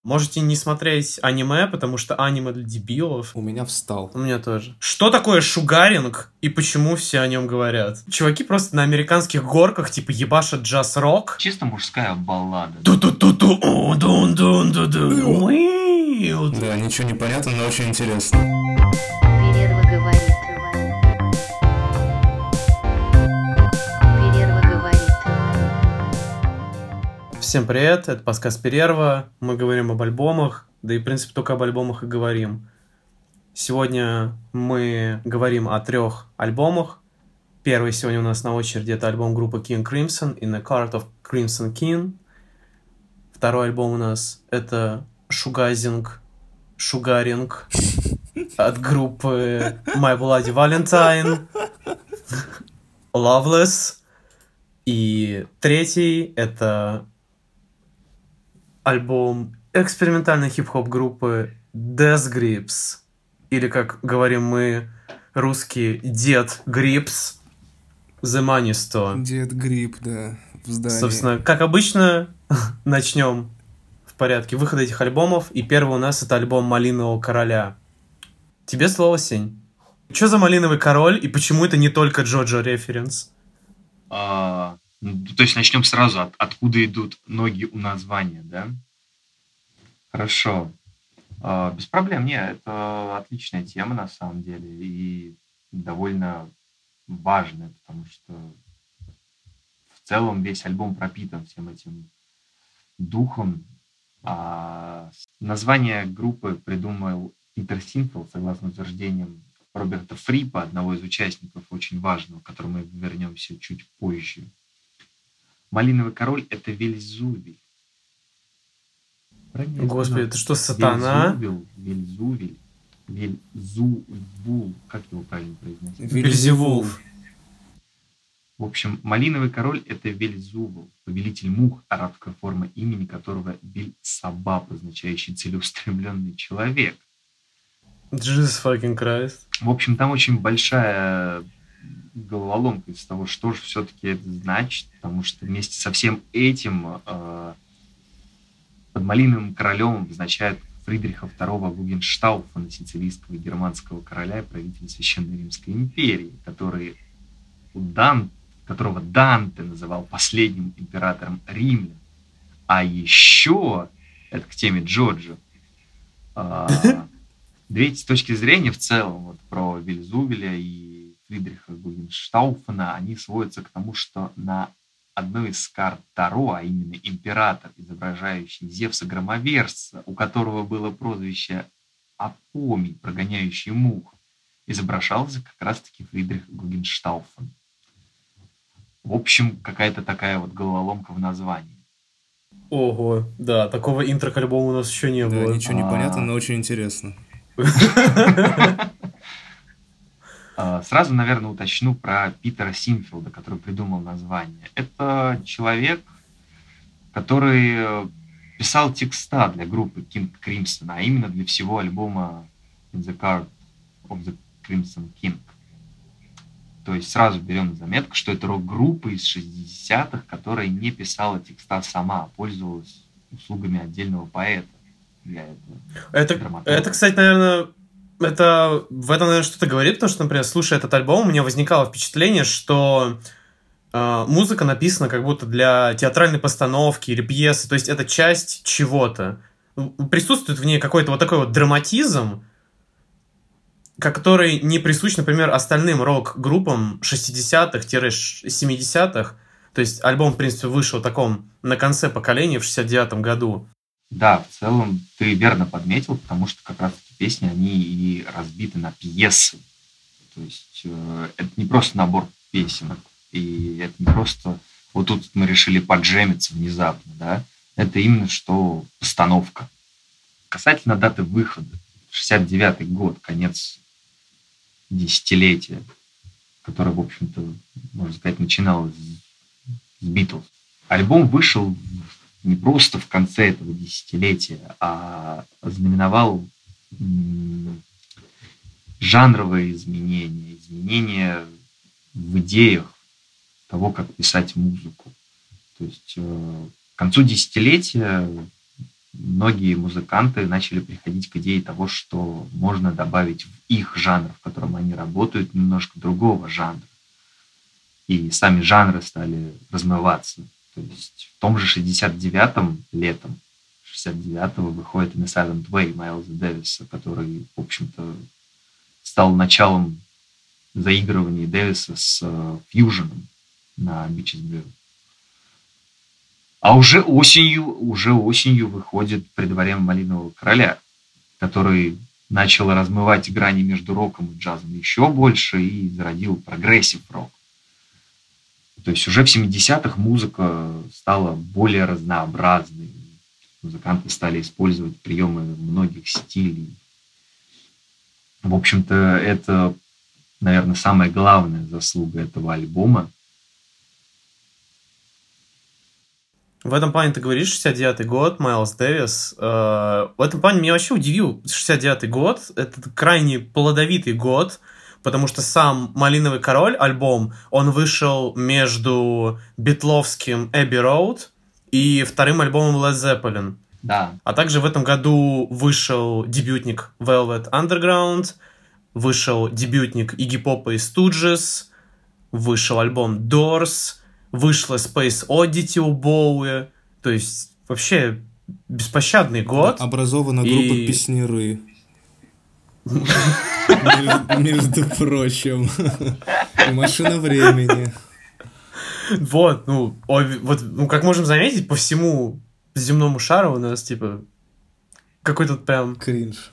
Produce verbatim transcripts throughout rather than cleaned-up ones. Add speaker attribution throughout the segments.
Speaker 1: Можете не смотреть аниме, потому что аниме для дебилов.
Speaker 2: У меня встал.
Speaker 1: У меня тоже. Что такое шугаринг и почему все о нем говорят? Чуваки просто на американских горках типа ебашат джаз-рок.
Speaker 3: Чисто мужская баллада.
Speaker 1: Ту-ту-ту-ту, дун-дун-ду-ду.
Speaker 2: Да, ничего не понятно, но очень интересно.
Speaker 4: Перерва говорит. Перерва говорит.
Speaker 1: Всем привет, это подкаст «Перерва». Мы говорим об альбомах, да и, в принципе, только об альбомах и говорим. Сегодня мы говорим о трех альбомах. Первый сегодня у нас на очереди это альбом группы King Crimson In the Court of Crimson King. Второй альбом у нас это Шугазинг, Шугаринг от группы My Bloody Valentine, Loveless. И третий это альбом экспериментальной хип-хоп группы Death Grips, или, как говорим мы, русские, Дед Грипс, The Money Store.
Speaker 2: Дед Грипп, да, в здании.
Speaker 1: Собственно, как обычно, начнем в порядке выхода этих альбомов. И первый у нас это альбом «Малинового короля». Тебе слово, Сень. Что за «Малиновый король» и почему это не только Джоджо референс?
Speaker 3: А, ну, то есть начнем сразу, от, откуда идут ноги у названия, да? Хорошо. А, без проблем, не, это отличная тема на самом деле и довольно важная, потому что в целом весь альбом пропитан всем этим духом. А название группы придумал Питер Синфилд, согласно утверждениям Роберта Фрипа, одного из участников, очень важного, к которому мы вернемся чуть позже. «Малиновый король» — это Вельзувиль.
Speaker 1: Господи, это что, сатана?
Speaker 3: Вельзувиль, Вельзувиль, Вельзувул. Как его правильно произносить?
Speaker 1: Вельзевулф.
Speaker 3: В общем, «Малиновый король» — это Вельзувул, повелитель мух, арабская форма имени которого Бель-Сабаб, означающий целеустремленный человек.
Speaker 1: Jesus fucking Christ.
Speaker 3: В общем, там очень большая головоломка из того, что же все-таки это значит, потому что вместе со всем этим э, под «Малиновым королем» обозначают Фридриха второго Гугенштауфена, сицилийского и германского короля и правителя Священной Римской империи, который у Дан, которого Данте называл последним императором римлян. А еще, это к теме Джоджо, э, две эти точки зрения в целом вот, про Вельзувеля и Фридриха Гугенштауфена, они сводятся к тому, что на одной из карт Таро, а именно император, изображающий Зевса-громовержца, у которого было прозвище Апомий, прогоняющий мух, изображался как раз-таки Фридрих Гугенштауфен. В общем, какая-то такая вот головоломка в названии.
Speaker 1: Ого, да, такого интро к альбому у нас еще не
Speaker 2: Да,
Speaker 1: было.
Speaker 2: ничего не понятно, но очень интересно.
Speaker 3: Сразу, наверное, уточню про Питера Синфилда, который придумал название. Это человек, который писал текста для группы King Crimson, а именно для всего альбома In the Court of the Crimson King. То есть сразу берем на заметку, что это рок-группа из шестидесятых, которая не писала текста сама, а пользовалась услугами отдельного поэта для этого.
Speaker 1: Это, это, кстати, наверное, это в этом, наверное, что-то говорит, потому что, например, слушая этот альбом, у меня возникало впечатление, что э, музыка написана как будто для театральной постановки или пьесы, то есть это часть чего-то. Присутствует в ней какой-то вот такой вот драматизм, который не присущ, например, остальным рок-группам шестидесятых-семидесятых. То есть альбом, в принципе, вышел в таком на конце поколения в шестьдесят девятом году.
Speaker 3: Да, в целом ты верно подметил, потому что как раз эти песни, они и разбиты на пьесы. То есть э, это не просто набор песен, и это не просто вот тут мы решили поджемиться внезапно, да. Это именно что постановка. Касательно даты выхода, шестьдесят девятый год, конец десятилетия, которое, в общем-то, можно сказать, начиналось с Битлз. Альбом вышел не просто в конце этого десятилетия, а знаменовал м- жанровые изменения, изменения в идеях того, как писать музыку. То есть э, к концу десятилетия многие музыканты начали приходить к идее того, что можно добавить в их жанр, в котором они работают, немножко другого жанра. И сами жанры стали размываться. То есть в том же шестьдесят девятом летом, шестьдесят девятого выходит In a Silent Way Майлза Дэвиса, который, в общем-то, стал началом заигрывания Дэвиса с э, фьюженом на Beaches Brew. А уже осенью, уже осенью выходит «При дворе Малинового короля», который начал размывать грани между роком и джазом еще больше и зародил прогрессив-рок. То есть уже в семидесятых музыка стала более разнообразной. Музыканты стали использовать приемы многих стилей. В общем-то, это, наверное, самая главная заслуга этого альбома.
Speaker 1: В этом плане ты говоришь шестьдесят девятый год, Майлз Дэвис. Э, в этом плане меня вообще удивил шестьдесят девятый год. Это крайне плодовитый год, потому что сам «Малиновый король» альбом, он вышел между битловским «Эбби Роуд» и вторым альбомом Led Zeppelin.
Speaker 3: Да.
Speaker 1: А также в этом году вышел дебютник Velvet Underground, вышел дебютник Iggy Pop и Stooges, вышел альбом Doors, вышла Space Oddity у Боуи. То есть вообще беспощадный год.
Speaker 2: Да, образована группа
Speaker 1: и...
Speaker 2: песняры. Между прочим. Машина времени.
Speaker 1: Вот, ну, вот, ну, как можем заметить, по всему земному шару у нас, типа, какой-то прям...
Speaker 2: Кринж.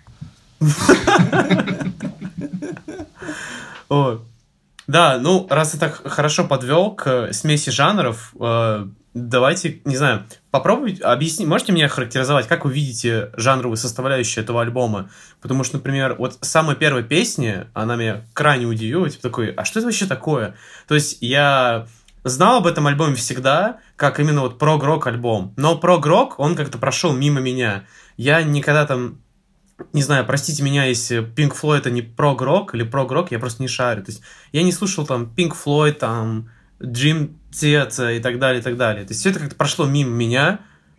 Speaker 1: О, да, ну, раз ты так хорошо подвел к смеси жанров, э, давайте, не знаю, попробуйте, объяснить, можете мне характеризовать, как вы видите жанровую составляющую этого альбома? Потому что, например, вот самая первая песня, она меня крайне удивила, типа такой, а что это вообще такое? То есть я знал об этом альбоме всегда, как именно вот прог-рок альбом, но прог-рок, он как-то прошел мимо меня. Я никогда там... Не знаю, простите меня, если Pink Floyd это не прог-рок или прог-рок, я просто не шарю. То есть я не слушал там Pink Floyd, там Dream Theater и так далее, и так далее. То есть все это как-то прошло мимо меня,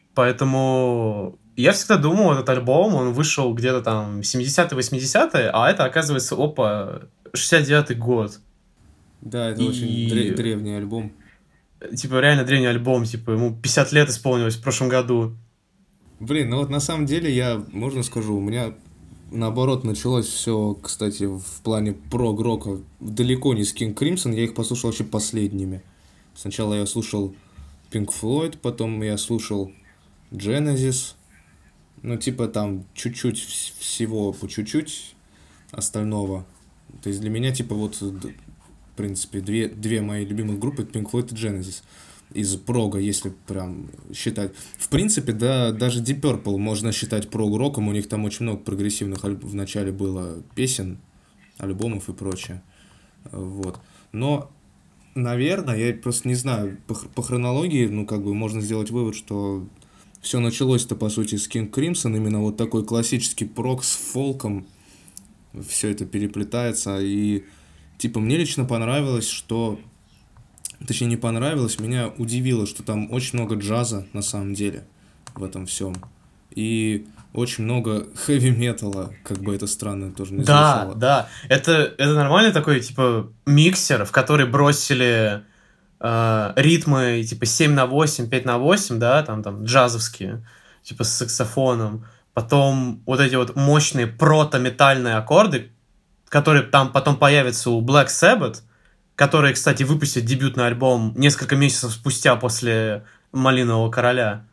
Speaker 1: поэтому я всегда думал, этот альбом, он вышел где-то там семидесятые, восьмидесятые, а это, оказывается, опа, шестьдесят девятый год.
Speaker 2: Да, это
Speaker 1: и...
Speaker 2: очень древ- древний альбом.
Speaker 1: Типа реально древний альбом, типа ему пятьдесят лет исполнилось в прошлом году.
Speaker 2: Блин, ну вот на самом деле я, можно скажу, у меня наоборот началось все, кстати, в плане прог-рока далеко не с King Crimson, я их послушал вообще последними. Сначала я слушал Pink Floyd, потом я слушал Genesis, ну типа там чуть-чуть всего по чуть-чуть остального. То есть для меня типа вот, в принципе, две, две мои любимых группы, Pink Floyd и Genesis. Из прога, если прям считать. В принципе, да, даже Deep Purple можно считать прог-роком, у них там очень много прогрессивных альб... в начале было песен, альбомов и прочее. Вот. Но, наверное, я просто не знаю, по, по хронологии, ну, как бы можно сделать вывод, что все началось-то, по сути, с King Crimson, именно вот такой классический прог с фолком, все это переплетается, и, типа, мне лично понравилось, что... Точнее, не понравилось, меня удивило, что там очень много джаза, на самом деле, в этом всем. И очень много хэви-металла, как бы это странно тоже не звучало.
Speaker 1: Да, да. Это, это нормальный такой, типа, миксер, в который бросили э, ритмы, типа, семь на восемь, пять на восемь, да, там, там, джазовские, типа, с саксофоном. Потом вот эти вот мощные прото-метальные аккорды, которые там потом появятся у Black Sabbath, которые, кстати, выпустят дебютный альбом несколько месяцев спустя после «Малинового короля».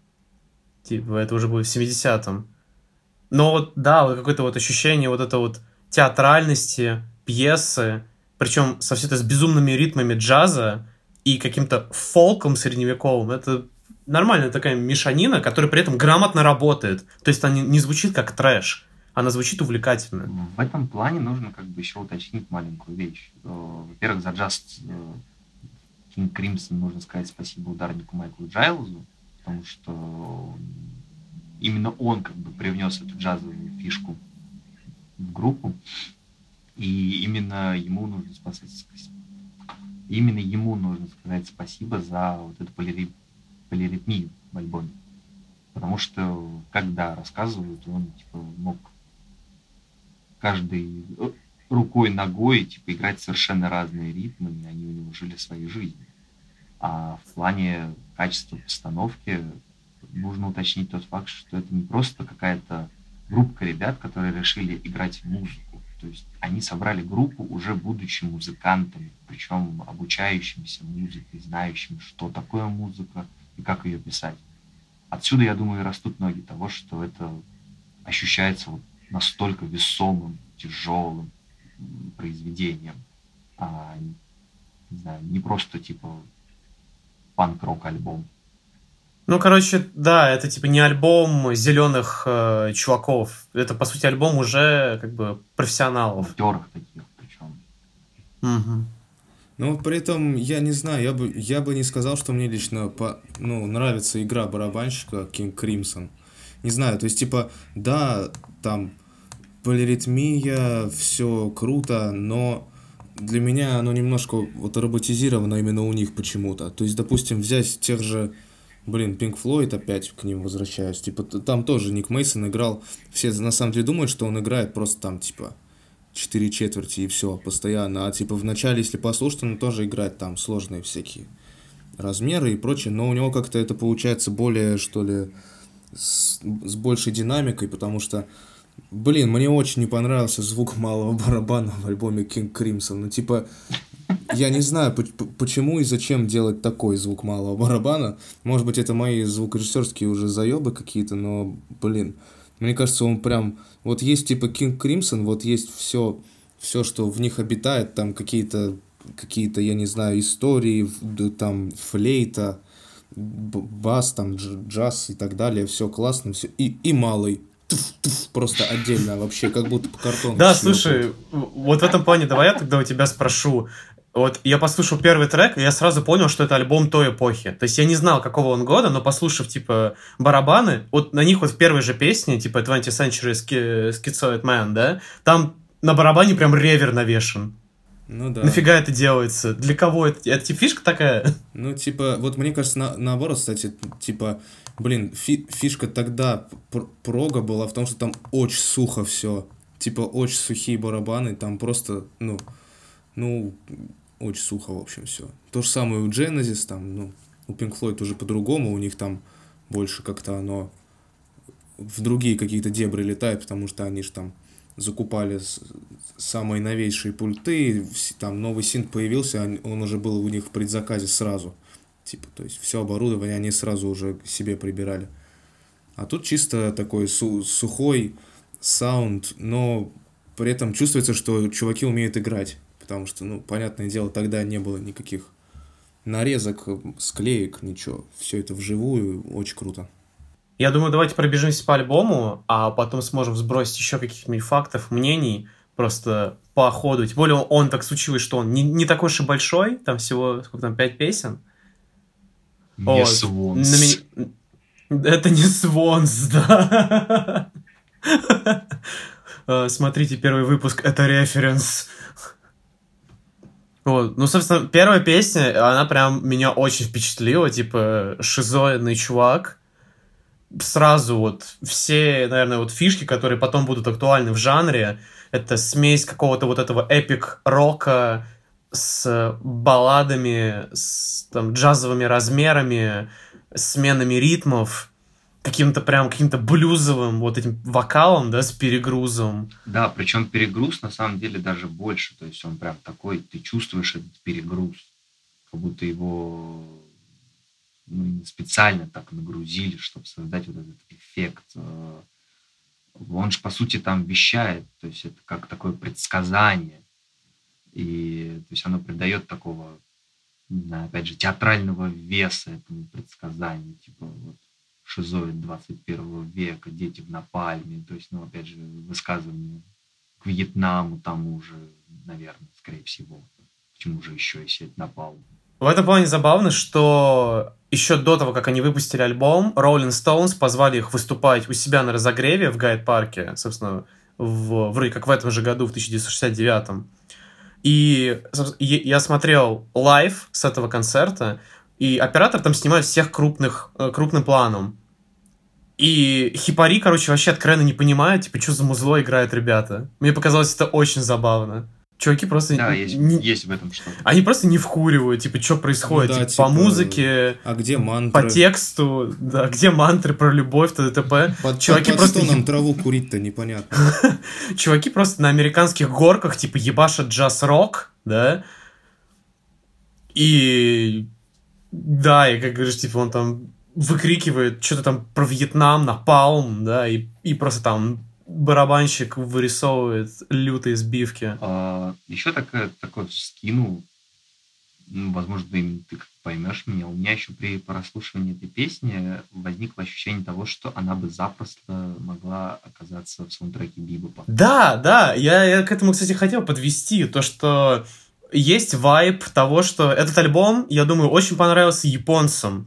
Speaker 1: Типа, это уже будет в семидесятом. Но вот, да, вот какое-то вот ощущение вот это вот театральности, пьесы, причем со все это с безумными ритмами джаза и каким-то фолком средневековым. Это нормальная такая мешанина, которая при этом грамотно работает. То есть она не звучит как трэш. Она звучит увлекательно.
Speaker 3: В этом плане нужно как бы еще уточнить маленькую вещь. Во-первых, за джаз King Crimson нужно сказать спасибо ударнику Майклу Джайлзу, потому что именно он как бы привнес эту джазовую фишку в группу, и именно ему нужно спасать, именно ему нужно сказать спасибо за вот эту полири... полиритмию в альбоме. Потому что, когда рассказывают, он типа мог каждой рукой, ногой типа играть совершенно разные ритмы, и они у него жили своей жизнью. А в плане качества постановки нужно уточнить тот факт, что это не просто какая-то группа ребят, которые решили играть музыку. То есть они собрали группу, уже будучи музыкантами, причем обучающимися музыкой, знающими, что такое музыка и как ее писать. Отсюда, я думаю, и растут ноги того, что это ощущается вот настолько весомым, тяжелым произведением, а не знаю, не просто типа панк-рок альбом.
Speaker 1: Ну, короче, да, это типа не альбом зеленых э, чуваков. Это, по сути, альбом уже как бы профессионалов.
Speaker 3: Актерах таких причем.
Speaker 1: Угу.
Speaker 2: Но при этом, я не знаю, я бы, я бы не сказал, что мне лично по, ну, нравится игра барабанщика King Crimson. Не знаю, то есть, типа, да, там полиритмия, все круто, но для меня оно немножко вот роботизировано именно у них почему-то. То есть, допустим, взять тех же, блин, Pink Floyd, опять к ним возвращаюсь, типа, там тоже Ник Мейсон играл, все на самом деле думают, что он играет просто там, типа, четыре четверти и все, постоянно, а типа в начале, если послушать, он тоже играет там сложные всякие размеры и прочее, но у него как-то это получается более, что ли, с, с большей динамикой, потому что, блин, мне очень не понравился звук малого барабана в альбоме King Crimson, ну типа, я не знаю, почему и зачем делать такой звук малого барабана, может быть, это мои звукорежиссерские уже заебы какие-то, но, блин, мне кажется, он прям... Вот есть типа King Crimson, вот есть все, все, что в них обитает, там какие-то, какие-то, я не знаю, истории, там флейта, бас, там джаз и так далее, все классно, все. И, и малый. Туф-туф, просто отдельно вообще, как будто по картону.
Speaker 1: Да, слушай, вот в этом плане давай я тогда у тебя спрошу. Вот я послушал первый трек, и я сразу понял, что это альбом той эпохи. То есть я не знал, какого он года, но послушав, типа, барабаны, вот на них вот в первой же песне, типа, twentieth Century Schizoid Man, да, там на барабане прям ревер навешен.
Speaker 2: Ну да.
Speaker 1: Нафига это делается? Для кого это? Это типа фишка такая?
Speaker 2: Ну, типа, вот мне кажется, на, наоборот, кстати, типа, блин, фи, фишка тогда пр- прога была в том, что там очень сухо все. Типа, очень сухие барабаны, там просто, ну, ну... очень сухо, в общем, все. То же самое у Genesis, там, ну, у Pink Floyd уже по-другому, у них там больше как-то оно в другие какие-то дебри летает, потому что они же там закупали самые новейшие пульты, там новый синт появился, он уже был у них в предзаказе сразу. Типа, то есть все оборудование они сразу уже себе прибирали. А тут чисто такой су- сухой саунд, но при этом чувствуется, что чуваки умеют играть. Потому что, ну, понятное дело, тогда не было никаких нарезок, склеек, ничего. Все это вживую, очень круто.
Speaker 1: Я думаю, давайте пробежимся по альбому, а потом сможем сбросить еще каких-нибудь фактов, мнений, просто по ходу. Тем более он так случилось, что он не, не такой уж и большой, там всего, сколько там, пять песен.
Speaker 3: Не
Speaker 1: Вот.
Speaker 3: Свонс.
Speaker 1: Меня... Это не Свонс, да. Смотрите первый выпуск, это референс. Вот. Ну, собственно, первая песня, она прям меня очень впечатлила, типа, шизоидный чувак. Сразу вот все, наверное, вот фишки, которые потом будут актуальны в жанре, это смесь какого-то вот этого эпик-рока с балладами, с там, джазовыми размерами, сменами ритмов, каким-то прям каким-то блюзовым вот этим вокалом, да, с перегрузом.
Speaker 3: Да, причем перегруз на самом деле даже больше, то есть он прям такой, ты чувствуешь этот перегруз, как будто его ну, специально так нагрузили, чтобы создать вот этот эффект. Он же, по сути, там вещает, то есть это как такое предсказание, и то есть оно придает такого, не знаю, опять же, театрального веса этому предсказанию, типа вот шизоид двадцать первого века, дети в напальме, то есть, ну, опять же, высказывание к Вьетнаму тому же, наверное, скорее всего. Почему же еще, если это напалм?
Speaker 1: В этом плане забавно, что еще до того, как они выпустили альбом, Rolling Stones позвали их выступать у себя на разогреве в Гайд-парке, собственно, в, вроде как в этом же году, в тысяча девятьсот шестьдесят девятом. И я смотрел лайв с этого концерта, и оператор там снимает всех крупных, крупным планом. И хипари, короче, вообще откровенно не понимают, типа, что за музло играют ребята. Мне показалось это очень забавно. Чуваки просто...
Speaker 3: Да, есть,
Speaker 1: не...
Speaker 3: есть в этом что-то.
Speaker 1: Они просто не вкуривают, типа, что происходит.
Speaker 2: Ну да,
Speaker 1: типа,
Speaker 2: типа,
Speaker 1: по музыке,
Speaker 2: а где мантры?
Speaker 1: по тексту, да, где мантры про любовь, т.д.
Speaker 2: Под,
Speaker 1: Чуваки
Speaker 2: под
Speaker 1: просто...
Speaker 2: что нам
Speaker 1: еб-
Speaker 2: траву курить-то непонятно.
Speaker 1: Чуваки просто на американских горках, типа, ебашат джаз-рок, да, и... Да, и, как говоришь, типа, он там выкрикивает что-то там про Вьетнам, напалм, да, и, и просто там барабанщик вырисовывает лютые сбивки.
Speaker 3: А, еще такое, такое скину, ну, возможно, ты, ты как поймешь меня. У меня еще при прослушивании этой песни возникло ощущение того, что она бы запросто могла оказаться в саундтреке Бибопа.
Speaker 1: Да, да, я, я к этому, кстати, хотел подвести, то, что есть вайб того, что этот альбом, я думаю, очень понравился японцам.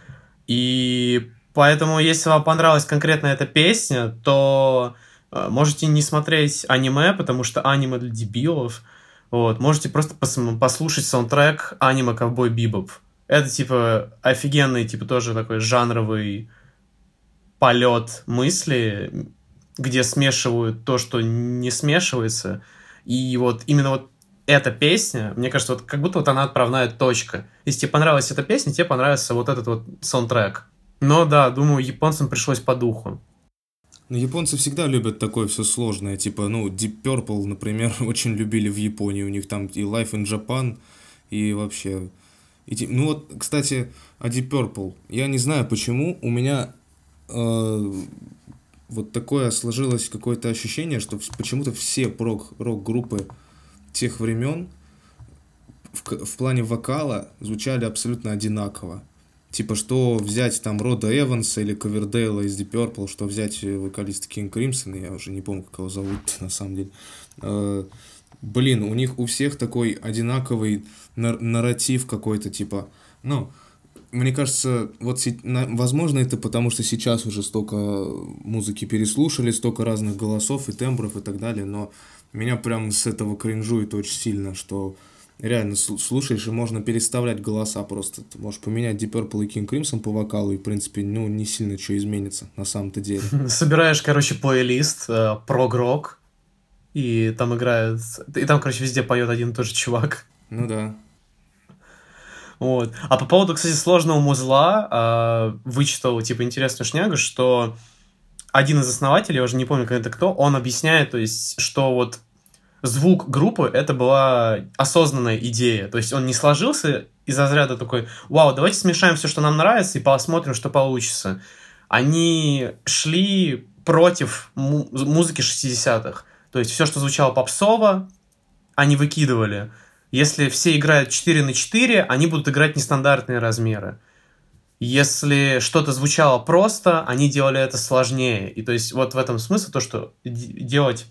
Speaker 1: И поэтому, если вам понравилась конкретно эта песня, то э, можете не смотреть аниме, потому что аниме для дебилов. Вот, можете просто пос- послушать саундтрек аниме «Ковбой Бибоп». Это, типа, офигенный, типа, тоже такой жанровый полет мысли, где смешивают то, что не смешивается. И вот именно вот эта песня, мне кажется, вот как будто вот она отправная точка. Если тебе понравилась эта песня, тебе понравился вот этот вот саундтрек. Но да, думаю, японцам пришлось по духу.
Speaker 2: Ну, японцы всегда любят такое все сложное, типа, ну, Deep Purple, например, очень любили в Японии, у них там и Life in Japan, и вообще... И, ти- ну вот, кстати, о Deep Purple, я не знаю почему, у меня э, вот такое сложилось какое-то ощущение, что вс- почему-то все прог- рок-группы тех времен в, к- в плане вокала звучали абсолютно одинаково. Типа, что взять там Рода Эванса или Ковердейла из Deep Purple, что взять э, вокалиста King Crimson, я уже не помню, как его зовут на самом деле. Э, блин, у них у всех такой одинаковый нар- нарратив какой-то, типа, ну, мне кажется, вот, се- на- возможно, это потому, что сейчас уже столько музыки переслушали, столько разных голосов и тембров и так далее, но меня прям с этого кринжует очень сильно, что реально сл- слушаешь, и можно переставлять голоса просто. Ты можешь поменять Deep Purple и King Crimson по вокалу, и, в принципе, ну, не сильно что изменится на самом-то деле.
Speaker 1: Собираешь, короче, плейлист, э, прог-рок, и там играет... И там, короче, везде поет один и тот же чувак.
Speaker 2: Ну да.
Speaker 1: Вот. А по поводу, кстати, сложного музла, э, вычитал, типа, интересную шнягу, что один из основателей, я уже не помню, это кто, он объясняет, то есть, что вот звук группы — это была осознанная идея. То есть он не сложился из разряда такой: вау, давайте смешаем все, что нам нравится, и посмотрим, что получится. Они шли против му- музыки шестидесятых. То есть все, что звучало попсово, они выкидывали. Если все играют четыре на четыре, они будут играть нестандартные размеры. Если что-то звучало просто, они делали это сложнее. И то есть вот в этом смысл, то, что д- делать,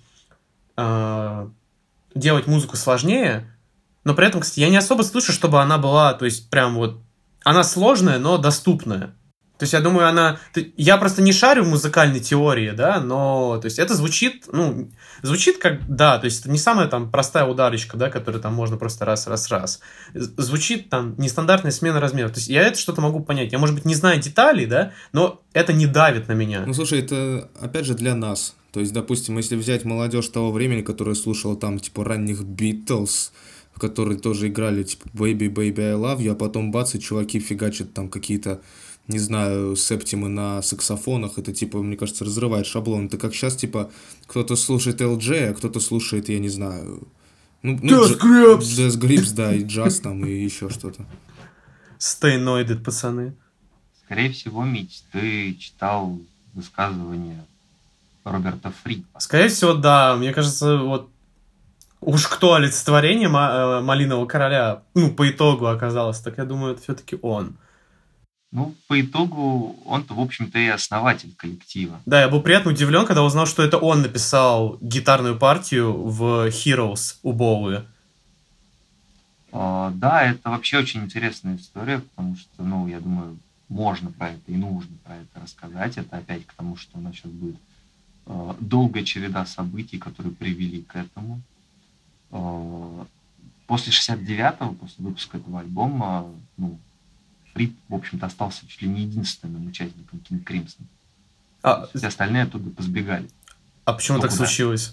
Speaker 1: э, делать музыку сложнее, но при этом, кстати, я не особо слышу, чтобы она была, то есть прям вот, она сложная, но доступная. То есть я думаю, она... ты- Я просто не шарю в музыкальной теории, да, но, то есть это звучит, ну, звучит как, да, то есть это не самая там простая ударочка, да, которую там можно просто раз-раз-раз. Звучит там нестандартная смена размеров. То есть я это что-то могу понять. Я, может быть, не знаю деталей, да, но это не давит на меня.
Speaker 2: Ну, слушай, это, опять же, для нас. То есть, допустим, если взять молодежь того времени, которая слушала там, типа, ранних Битлз, в которые тоже играли, типа, Baby, Baby, I Love You, а потом бац, и чуваки фигачат там какие-то, не знаю, септимы на саксофонах, это, типа, мне кажется, разрывает шаблон. Это как сейчас, типа, кто-то слушает эл джей, а кто-то слушает, я не знаю... Ну, ну,
Speaker 1: Death
Speaker 2: дж-
Speaker 1: Grips!
Speaker 2: Death Grips, да, и джаз там, и еще что-то.
Speaker 1: Стейноидед, пацаны.
Speaker 3: Скорее всего, Мить, ты читал высказывания Роберта Фри.
Speaker 1: Скорее всего, да. Мне кажется, вот уж кто олицетворение ма- э, Малинового короля, ну, по итогу оказалось, так я думаю, это все-таки он.
Speaker 3: Ну, по итогу, он-то, в общем-то, и основатель коллектива.
Speaker 1: Да, я был приятно удивлен, когда узнал, что это он написал гитарную партию в Heroes у Боуи.
Speaker 3: А, да, это вообще очень интересная история, потому что, ну, я думаю, можно про это и нужно про это рассказать. Это опять к тому, что у нас сейчас будет э, долгая череда событий, которые привели к этому. Э, после шестьдесят девятого, после выпуска этого альбома, ну, Фрид, в общем-то, остался чуть ли не единственным участником King Crimson.
Speaker 1: А,
Speaker 3: Все остальные оттуда позбегали.
Speaker 1: а почему
Speaker 3: Кто
Speaker 1: так
Speaker 3: куда.
Speaker 1: случилось?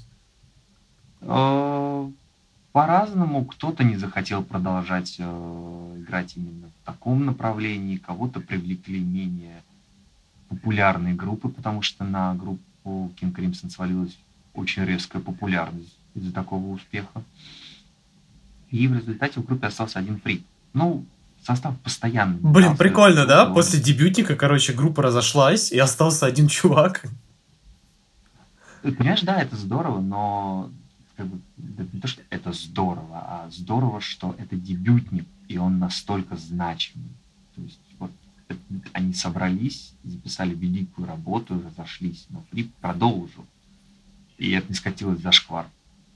Speaker 3: Э, По-разному. Кто-то не захотел продолжать э, играть именно в таком направлении, кого-то привлекли менее популярные группы, потому что на группу King Crimson свалилась очень резкая популярность из-за такого успеха. И в результате в группе остался один фрик. Ну, состав постоянно
Speaker 1: Блин,
Speaker 3: менялся.
Speaker 1: прикольно, да?
Speaker 3: Он-
Speaker 1: После дебютника, короче, группа разошлась, и остался один чувак.
Speaker 3: Ты понимаешь, да, это здорово, но как бы, да не то, что это здорово, а здорово, что это дебютник, и он настолько значимый. То есть вот это- они собрались, записали великую работу, разошлись, но Фрип продолжил. И это не скатилось за шквар.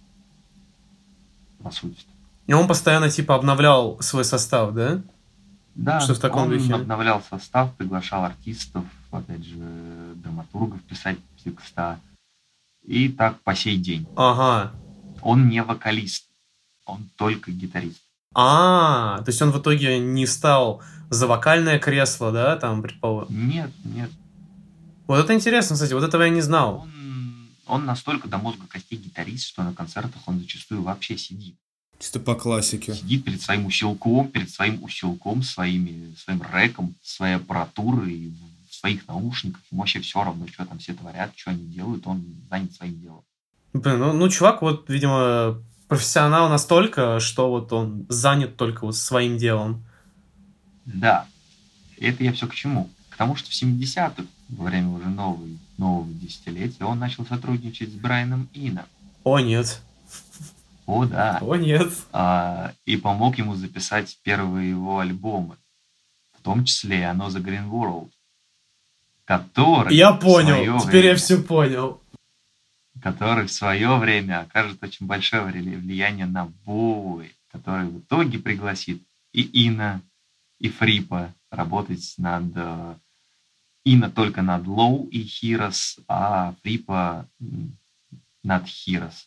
Speaker 3: По сути.
Speaker 1: И он постоянно, типа, обновлял свой состав, да?
Speaker 3: Да,
Speaker 1: Что в таком
Speaker 3: он
Speaker 1: духе?
Speaker 3: обновлял состав, приглашал артистов, опять же, драматургов писать текста. И так по сей день.
Speaker 1: Ага.
Speaker 3: Он не вокалист, он только гитарист.
Speaker 1: А, то есть он в итоге не встал за вокальное кресло, да, там, предположим.
Speaker 3: Нет, нет.
Speaker 1: Вот это интересно, кстати, вот этого я не знал.
Speaker 3: Он, он настолько до мозга костей гитарист, что на концертах он зачастую вообще сидит.
Speaker 2: Чисто по классике.
Speaker 3: Сидит перед своим усилком, перед своим усилком, своими, своим рэком, своей аппаратурой, в своих наушниках. Ему вообще все равно, что там все творят, что они делают, он занят своим делом.
Speaker 1: Блин, ну, ну, чувак, вот, видимо, профессионал настолько, что вот он занят только вот своим делом.
Speaker 3: Да, это я все к чему? К тому, что в семидесятых, во время уже нового, нового десятилетия, он начал сотрудничать с Брайаном Ино.
Speaker 1: О, нет.
Speaker 3: О, да.
Speaker 1: О, нет.
Speaker 3: А, и помог ему записать первые его альбомы, в том числе и «I Know the Green World», который
Speaker 1: Я
Speaker 3: в
Speaker 1: понял,
Speaker 3: своё
Speaker 1: теперь я
Speaker 3: время-
Speaker 1: все понял.
Speaker 3: который в свое время окажет очень большое вли- влияние на Боуи, который в итоге пригласит и Ина, и Фрипа работать над... э, Ина только над Low и Heroes, а Фрипа м, над Heroes.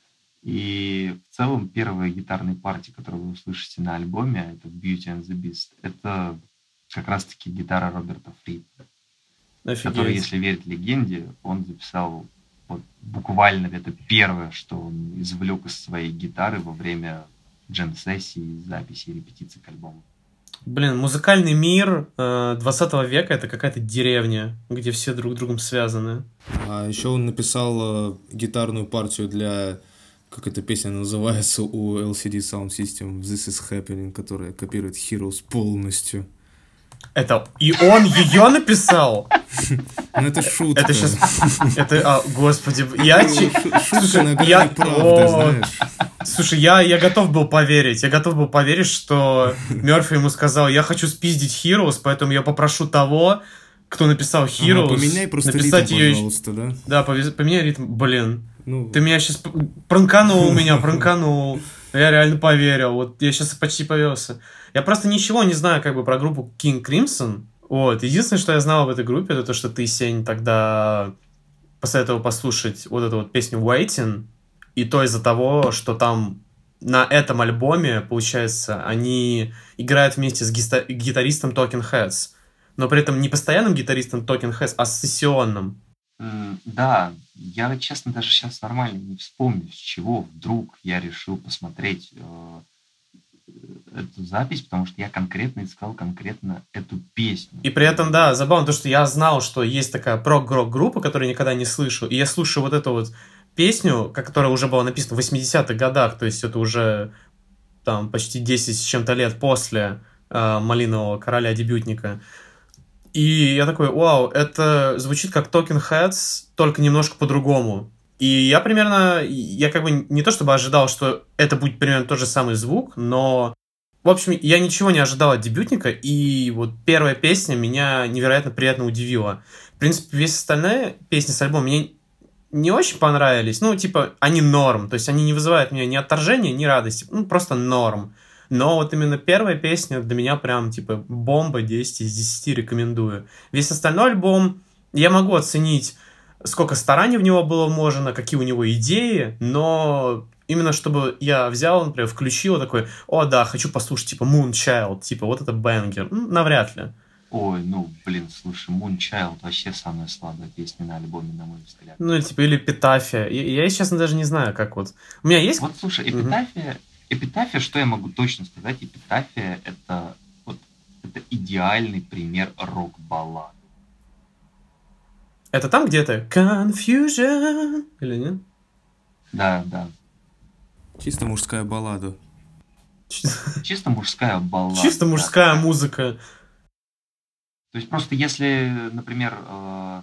Speaker 3: И в целом первые гитарные партии, которые вы услышите на альбоме, это Beauty and the Beast, это как раз-таки гитара Роберта Фрипа, который,
Speaker 1: Офигеть.
Speaker 3: если верить легенде, он записал вот буквально это первое, что он извлек из своей гитары во время джем-сессии, записи, репетиции к альбому.
Speaker 1: Блин, музыкальный мир э, двадцатого века — это какая-то деревня, где все друг с другом связаны.
Speaker 2: А еще он написал э, гитарную партию для, как эта песня называется, у эл си ди Sound System, This Is Happening, которая копирует Heroes полностью.
Speaker 1: Это и он ее написал?
Speaker 2: Ну это шутка.
Speaker 1: Это сейчас... Это, а, господи, я...
Speaker 2: Ну,
Speaker 1: чи-
Speaker 2: шу- Шутка
Speaker 1: Слушай,
Speaker 2: на
Speaker 1: я-
Speaker 2: грани правды,
Speaker 1: О.
Speaker 2: знаешь.
Speaker 1: Слушай, я, я готов был поверить. Я готов был поверить, что Мёрфи ему сказал: я хочу спиздить Heroes, поэтому я попрошу того, кто написал Heroes,
Speaker 2: Ага, поменяй просто
Speaker 1: написать
Speaker 2: ритм,
Speaker 1: ее...
Speaker 2: пожалуйста, да?
Speaker 1: Да, повез- поменяй ритм. Блин,
Speaker 2: Ну,
Speaker 1: ты меня сейчас пранканул меня, пранканул. Я реально поверил. Вот я сейчас почти повелся. Я просто ничего не знаю как бы про группу King Crimson. Вот. Единственное, что я знал об этой группе, это то, что ты, Сень, тогда посоветовал послушать вот эту вот песню Waiting. И то из-за того, что там на этом альбоме, получается, они играют вместе с гиста- гитаристом Talking Heads. Но при этом не постоянным гитаристом Talking Heads, а сессионным.
Speaker 3: М, Да, я, честно, даже сейчас нормально не вспомню, с чего вдруг я решил посмотреть э, эту запись, потому что я конкретно искал конкретно эту песню.
Speaker 1: И при этом, да, забавно то, что я знал, что есть такая прог-рок-группа, которую я никогда не слышал, и я слушаю вот эту вот песню, которая уже была написана в восьмидесятых годах, то есть это уже там почти десять с чем-то лет после э, «Малинового короля» дебютника. И я такой: вау, это звучит как Talking Heads, только немножко по-другому. И я примерно, я как бы не то чтобы ожидал, что это будет примерно тот же самый звук, но, в общем, я ничего не ожидал от дебютника, и вот первая песня меня невероятно приятно удивила. В принципе, весь остальные песни с альбома мне не очень понравились, ну, типа, они норм, то есть они не вызывают у меня ни отторжения, ни радости, ну, просто норм. Но вот именно первая песня для меня прям, типа, бомба, десять из десяти, рекомендую. Весь остальной альбом я могу оценить, сколько стараний в него было вложено, какие у него идеи, но именно чтобы я взял, например, включил такой: о, да, хочу послушать, типа, Moonchild, типа, вот это бэнгер. Ну, навряд ли.
Speaker 3: Ой, ну, блин, слушай, Moonchild вообще самая слабая песня на альбоме, на мой взгляд.
Speaker 1: Ну, типа, или Эпитафия. Я, я, если честно, даже не знаю, как вот... У меня есть...
Speaker 3: Вот, слушай,
Speaker 1: Мгм.
Speaker 3: Эпитафия, Эпитафия, что я могу точно сказать, Эпитафия это вот это идеальный пример рок-баллад.
Speaker 1: Это там где-то? Confusion? Или нет?
Speaker 3: Да, да.
Speaker 2: Чисто мужская баллада.
Speaker 3: Чисто мужская баллада.
Speaker 1: Чисто
Speaker 3: да.
Speaker 1: мужская музыка.
Speaker 3: То есть просто если, например, э,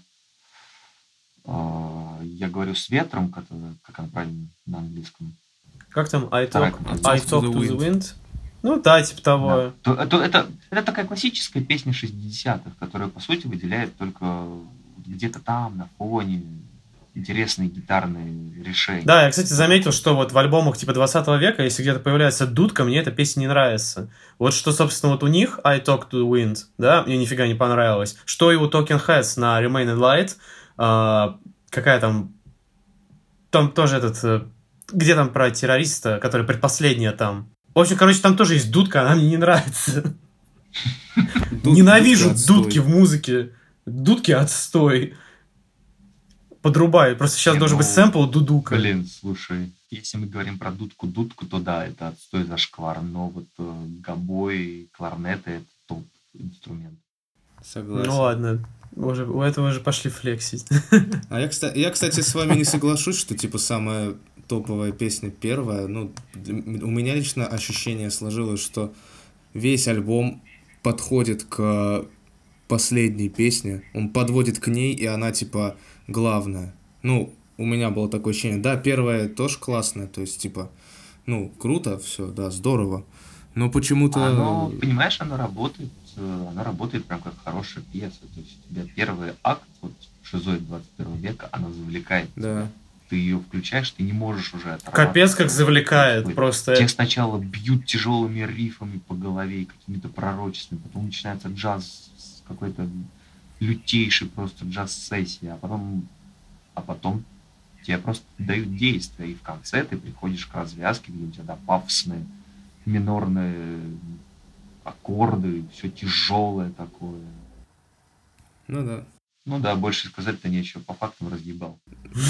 Speaker 3: э, я говорю с ветром, как, это- как она правильно на английском,
Speaker 1: Как там? I
Speaker 3: вторая
Speaker 1: talk,
Speaker 3: композиция,
Speaker 1: I talk to the wind? Ну да, типа того.
Speaker 3: да, то, то это, это такая классическая песня шестидесятых, которая, по сути, выделяет только где-то там, на фоне, интересные гитарные решения.
Speaker 1: Да, я, кстати, заметил, что вот в альбомах типа двадцатого века, если где-то появляется дудка, мне эта песня не нравится. Вот что, собственно, вот у них I Talk to the Wind, да, мне нифига не понравилось. Что и у Talking Heads на Remain in Light, а, какая там... Там тоже этот... э, Где там про террориста, который предпоследняя там? В общем, короче, там тоже есть дудка, она мне не нравится.
Speaker 2: Дуд-
Speaker 1: Ненавижу
Speaker 2: дудка отстой.
Speaker 1: дудки в музыке. Дудки отстой. Подрубай. Просто сейчас
Speaker 3: Не,
Speaker 1: должен
Speaker 3: ну,
Speaker 1: быть сэмпл дудука.
Speaker 3: Блин, слушай, если мы говорим про дудку-дудку, то да, это отстой зашквар, но вот э, гобой, кларнеты — это топ-инструмент.
Speaker 2: Согласен.
Speaker 1: Ну ладно. Уже, у этого уже пошли флексить.
Speaker 2: А я, кстати, я, кстати, с вами не соглашусь, что, типа, самая топовая песня первая. Ну, для- у меня лично ощущение сложилось, что весь альбом подходит к последней песне. Он подводит к ней, и она, типа, главная. Ну, у меня было такое ощущение. Да, первая тоже классная, то есть, типа, ну, круто, все, да, здорово. Но почему-то...
Speaker 3: Оно, понимаешь, оно работает, э, оно работает прям как хорошая пьеса. То есть у тебя первый акт, вот шизоид двадцать первого века, она завлекает
Speaker 2: Да.
Speaker 3: тебя. Ты ее включаешь, ты не можешь уже оторваться.
Speaker 1: Капец, как завлекает.
Speaker 3: Происходит.
Speaker 1: Просто...
Speaker 3: Тебя сначала бьют тяжелыми рифами по голове, какими-то пророчествами, потом начинается джаз, с какой-то лютейший просто джаз-сессия, а потом, а потом тебе просто дают действия, и в конце ты приходишь к развязке, где у тебя да, пафосные минорные аккорды, все тяжелое такое.
Speaker 2: Ну да.
Speaker 3: Ну да, больше сказать-то нечего, по фактам разъебал.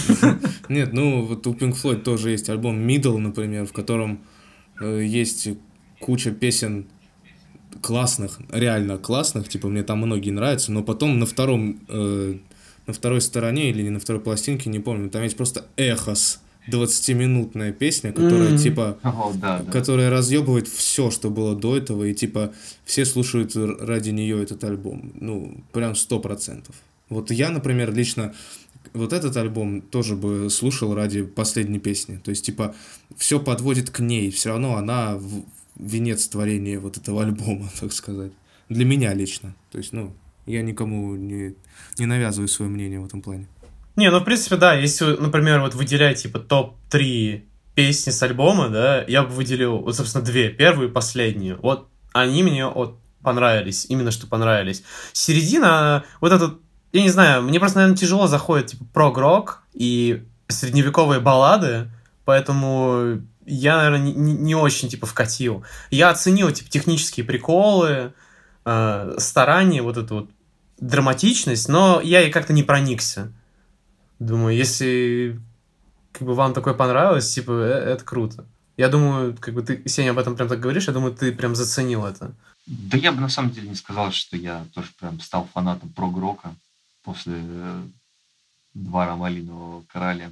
Speaker 2: Нет, ну вот у Pink Floyd тоже есть альбом Middle, например, в котором э, есть куча песен классных, реально классных, типа мне там многие нравятся, но потом на втором, э, на второй стороне или на второй пластинке, не помню, там есть просто эхос, двадцатиминутная песня, которая
Speaker 1: Мгм.
Speaker 2: типа,
Speaker 3: О, да, да.
Speaker 2: которая разъебывает все, что было до этого, и типа все слушают р- ради нее этот альбом, ну прям сто процентов. Вот я, например, лично вот этот альбом тоже бы слушал ради последней песни. То есть, типа, все подводит к ней. Все равно она в- венец творения вот этого альбома, так сказать. Для меня лично. То есть, ну, я никому не, не навязываю свое мнение в этом плане.
Speaker 1: Не, ну, в принципе, да, если, например, вот выделять, типа, топ три песни с альбома, да, я бы выделил, вот, собственно, две, первую и последнюю. Вот они мне вот понравились, именно что понравились. Середина, вот этот, я не знаю, мне просто, наверное, тяжело заходит, типа, прог-рок и средневековые баллады, поэтому я, наверное, не, не очень, типа, вкатил. Я оценил, типа, технические приколы, э, старания, вот эту вот драматичность, но я и как-то не проникся. Думаю, если как бы вам такое понравилось, типа, э- это круто. Я думаю, как бы ты, Сеня, об этом прям так говоришь, я думаю, ты прям заценил это.
Speaker 3: Да я бы на самом деле не сказал, что я тоже прям стал фанатом прог-рока после э, «Двора малинового короля».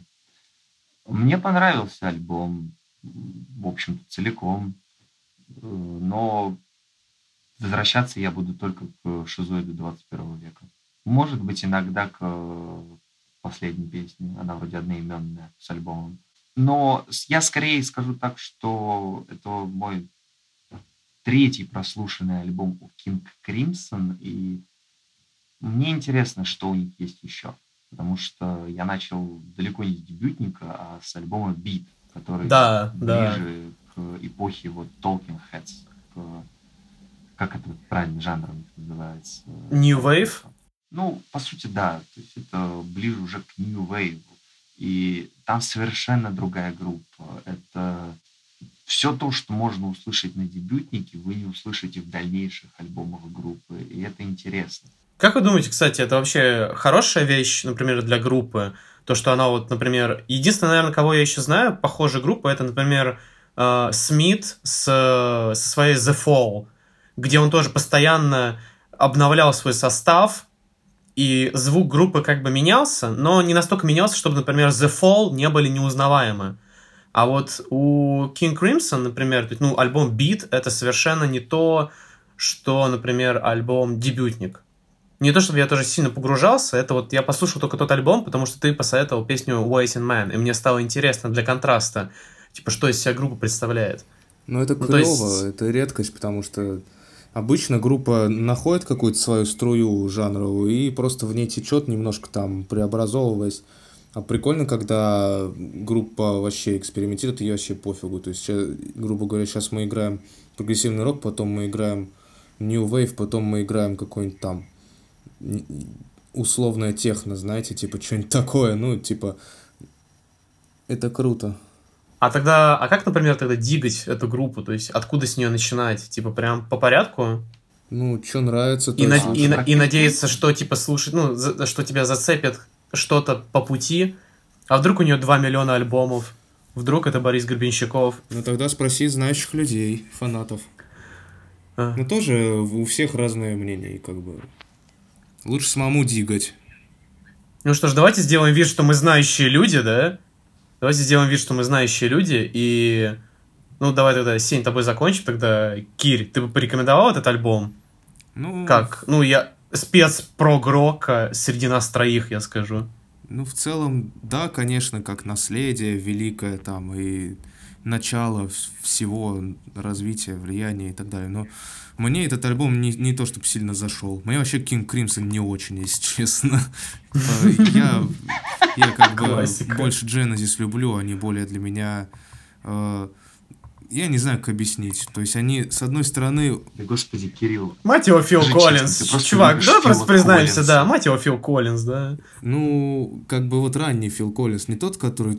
Speaker 3: Мне понравился альбом, м, в общем-то, целиком, э, но возвращаться я буду только к шизоиду двадцать первого века. Может быть, иногда к э, последней песне, она вроде одноименная с альбомом. Но с- я скорее скажу так, что это мой третий прослушанный альбом у King Crimson, и мне интересно, что у них есть еще. Потому что я начал далеко не с дебютника, а с альбома Beat, который
Speaker 1: Да, да.
Speaker 3: ближе к эпохе вот Talking Heads. к- как это правильно жанр у них называется?
Speaker 1: New Wave?
Speaker 3: Ну, по сути, да. То есть это ближе уже к New Wave. И там совершенно другая группа. Это все то, что можно услышать на дебютнике, вы не услышите в дальнейших альбомах группы, и это интересно.
Speaker 1: Как вы думаете, кстати, это вообще хорошая вещь, например, для группы? То, что она вот, например... Единственное, наверное, кого я еще знаю, похожая группа, это, например, э, Смит с, со своей The Fall, где он тоже постоянно обновлял свой состав, и звук группы как бы менялся, но не настолько менялся, чтобы, например, The Fall не были неузнаваемы. А вот у King Crimson, например, ну, альбом Beat — это совершенно не то, что, например, альбом Дебютник. Не то, чтобы я тоже сильно погружался, это вот я послушал только тот альбом, потому что ты посоветовал песню Waiting Man, и мне стало интересно для контраста, типа, что из себя группа представляет.
Speaker 2: Ну, это
Speaker 1: Ну,
Speaker 2: клево,
Speaker 1: есть...
Speaker 2: это редкость, потому что обычно группа находит какую-то свою струю жанровую и просто в ней течет, немножко там преобразовываясь. А прикольно, когда группа вообще экспериментирует, и вообще пофигу. То есть, сейчас, грубо говоря, сейчас мы играем прогрессивный рок, потом мы играем New Wave, потом мы играем какой-нибудь там условное техно, знаете, типа что-нибудь такое, ну, типа, это круто.
Speaker 1: А тогда, а как, например, тогда дигать эту группу, то есть откуда с нее начинать, типа прям по порядку?
Speaker 2: Ну, что нравится, то
Speaker 1: и, на,
Speaker 2: слушай.
Speaker 1: и, на, и надеяться, что типа слушать, ну, за, что тебя зацепит что-то по пути, а вдруг у нее два миллиона альбомов, вдруг это Борис Гребенщиков.
Speaker 2: Ну, тогда спроси знающих людей, фанатов.
Speaker 1: А.
Speaker 2: Ну, тоже у всех разное мнение, как бы. Лучше самому дигать.
Speaker 1: Ну что ж, давайте сделаем вид, что мы знающие люди, да? Давайте сделаем вид, что мы знающие люди, и... Ну, давай тогда, Сень, тобой закончим, тогда, Кирь, ты бы порекомендовал этот альбом?
Speaker 2: Ну...
Speaker 1: Как? Ну, я спец прог-рока среди нас троих, я скажу.
Speaker 2: Ну, в целом, да, конечно, как наследие великое там, и начало всего развития, влияния и так далее, но мне этот альбом не, не то чтобы сильно зашел. Мне вообще King Crimson не очень, если честно. Я, я как бы больше Genesis люблю, они более для меня... Я не знаю, как объяснить. То есть они, с одной стороны...
Speaker 3: Да господи, Кирилл.
Speaker 1: Мать его, Фил Коллинз. Чувак, давай просто признаемся, да, мать его, Фил Коллинз, да.
Speaker 2: Ну, как бы вот ранний Фил Коллинз, не тот, который...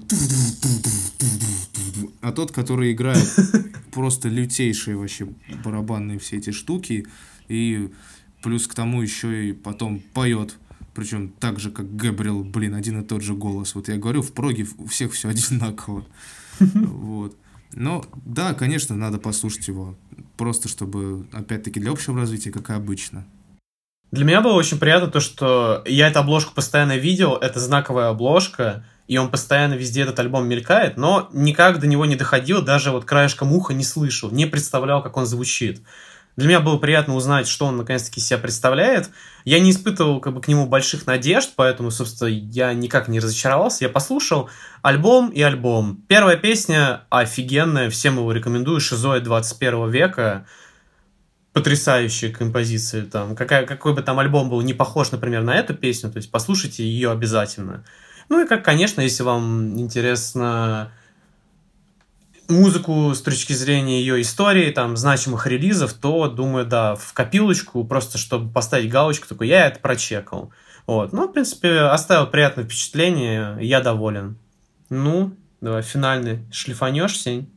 Speaker 2: А тот, который играет просто лютейшие вообще барабанные все эти штуки. И плюс к тому еще и потом поет. Причем так же, как Гэбриэл, блин, один и тот же голос. Вот я говорю, в проге у всех все одинаково. Вот. Но, да, конечно, надо послушать его. Просто чтобы, опять-таки, для общего развития, как и обычно.
Speaker 1: Для меня было очень приятно то, что я эту обложку постоянно видел, это знаковая обложка, и он постоянно везде этот альбом мелькает, но никак до него не доходил, даже вот краешком уха не слышал, не представлял, как он звучит. Для меня было приятно узнать, что он наконец-таки из себя представляет. Я не испытывал как бы к нему больших надежд, поэтому, собственно, я никак не разочаровался. Я послушал альбом и альбом. Первая песня офигенная, всем его рекомендую, шизоид двадцать первого века. Потрясающая композиция. Там, какая, какой бы там альбом был не похож, например, на эту песню, то есть послушайте ее обязательно. Ну и, как, конечно, если вам интересно... музыку с точки зрения ее истории, там, значимых релизов, то, думаю, да, в копилочку, просто чтобы поставить галочку, такой, я это прочекал. Вот. Ну, в принципе, оставил приятное впечатление, я доволен. Ну, давай, финальный шлифанешь, Сень?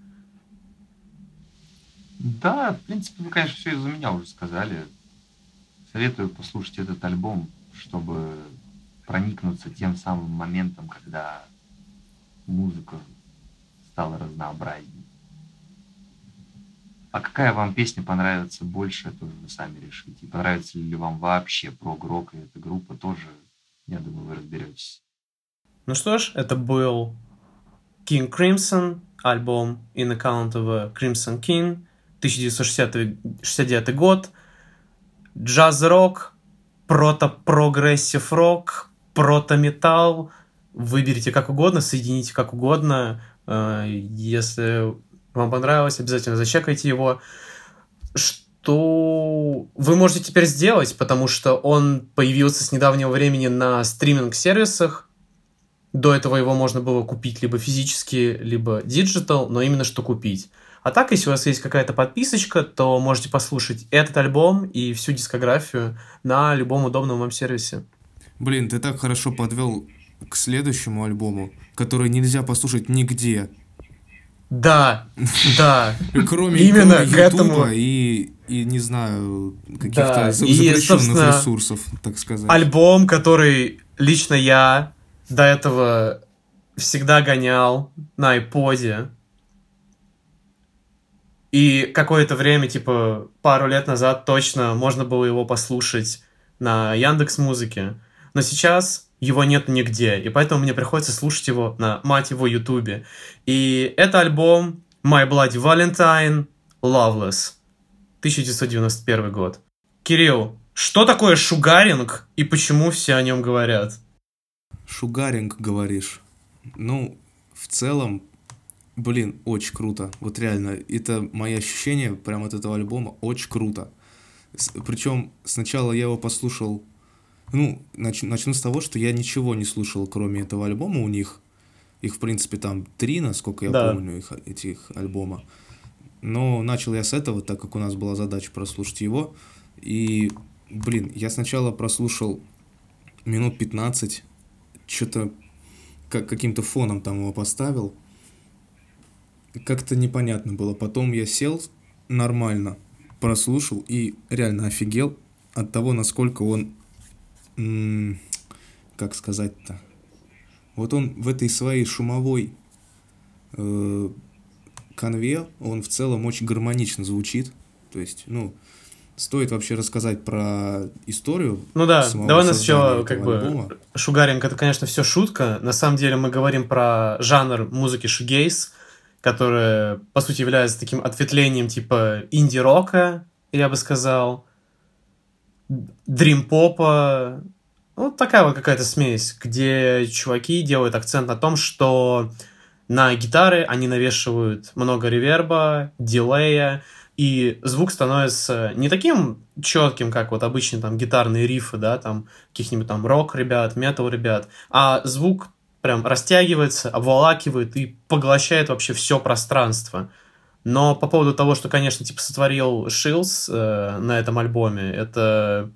Speaker 3: Да, в принципе, вы, конечно, все из-за меня уже сказали. Советую послушать этот альбом, чтобы проникнуться тем самым моментом, когда музыка стало разнообразнее. А какая вам песня понравится больше, это уже вы сами решите. И понравится ли вам вообще прог-рок и эта группа, тоже, я думаю, вы разберетесь.
Speaker 1: Ну что ж, это был King Crimson, альбом In Account of a Crimson King, тысяча девятьсот шестьдесят девятый год, джаз-рок, прото-прогрессив-рок, прото-металл, выберите как угодно, соедините как угодно. Если вам понравилось, обязательно зачекайте его. Что вы можете теперь сделать, потому что он появился с недавнего времени на стриминг-сервисах. До этого его можно было купить либо физически, либо диджитал, но именно что купить. А так, если у вас есть какая-то подписочка, то можете послушать этот альбом и всю дискографию на любом удобном вам сервисе.
Speaker 2: Блин, ты так хорошо подвел к следующему альбому, который нельзя послушать нигде.
Speaker 1: Да, да.
Speaker 2: Кроме
Speaker 1: Именно
Speaker 2: кроме
Speaker 1: к этому-
Speaker 2: Ютуба и, и, не знаю, каких-то
Speaker 1: Да,
Speaker 2: за-
Speaker 1: и,
Speaker 2: запрещенных
Speaker 1: собственно,
Speaker 2: ресурсов, так сказать.
Speaker 1: Альбом, который лично я до этого всегда гонял на айподе. И какое-то время, типа, пару лет назад точно можно было его послушать на Яндекс.Музыке. Но сейчас его нет нигде, и поэтому мне приходится слушать его на, мать его, Ютубе. И это альбом My Bloody Valentine Loveless, тысяча девятьсот девяносто первый год. Кирилл, что такое шугаринг и почему все о нем говорят?
Speaker 2: Шугаринг, говоришь. Ну, в целом, блин, очень круто. Вот реально, это мои ощущения прямо от этого альбома. Очень круто. С- Причем сначала я его послушал. Ну, нач- начну с того, что я ничего не слушал, кроме этого альбома у них. Их, в принципе, там три, насколько я
Speaker 1: Да.
Speaker 2: помню, их, этих альбома. Но начал я с этого, так как у нас была задача прослушать его. И, блин, я сначала прослушал минут пятнадцать, что-то как, каким-то фоном там его поставил. Как-то непонятно было. Потом я сел нормально, прослушал и реально офигел от того, насколько он, м, как сказать-то, вот он в этой своей шумовой э, конве, он в целом очень гармонично звучит. То есть, ну, стоит вообще рассказать про историю
Speaker 1: Ну да,
Speaker 2: самого
Speaker 1: давай нас
Speaker 2: создания
Speaker 1: еще, как
Speaker 2: этого
Speaker 1: бы,
Speaker 2: альбома.
Speaker 1: шугаринг — это, конечно, все шутка. На самом деле мы говорим про жанр музыки шугейз, который, по сути, является таким ответвлением типа инди-рока, я бы сказал, дрим-попа. Вот такая вот какая-то смесь, где чуваки делают акцент на том, что на гитары они навешивают много реверба, дилея, и звук становится не таким четким, как вот обычные там гитарные рифы, да, там каких-нибудь там рок-ребят, метал-ребят, а звук прям растягивается, обволакивает и поглощает вообще все пространство. Но по поводу того, что, конечно, типа сотворил Шилс э, на этом альбоме, это,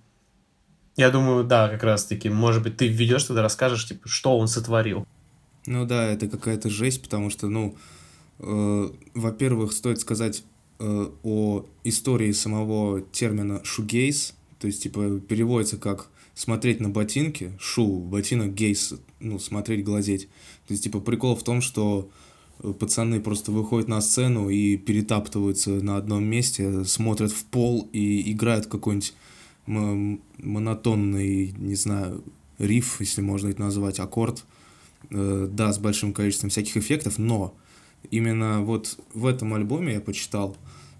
Speaker 1: я думаю, да, как раз-таки, может быть, ты введешь, тогда расскажешь, типа, что он сотворил.
Speaker 2: Ну да, это какая-то жесть, потому что, ну, э, во-первых, стоит сказать э, о истории самого термина шугейз, то есть, типа, переводится как смотреть на ботинки, шу, ботинок гейз, ну, смотреть, глазеть. То есть, типа, прикол в том, что пацаны просто выходят на сцену и перетаптываются на одном месте, смотрят в пол и играют какой-нибудь м- монотонный, не знаю, риф, если можно это назвать, аккорд, э, да, с большим количеством всяких эффектов, но именно вот в этом альбоме я почитал,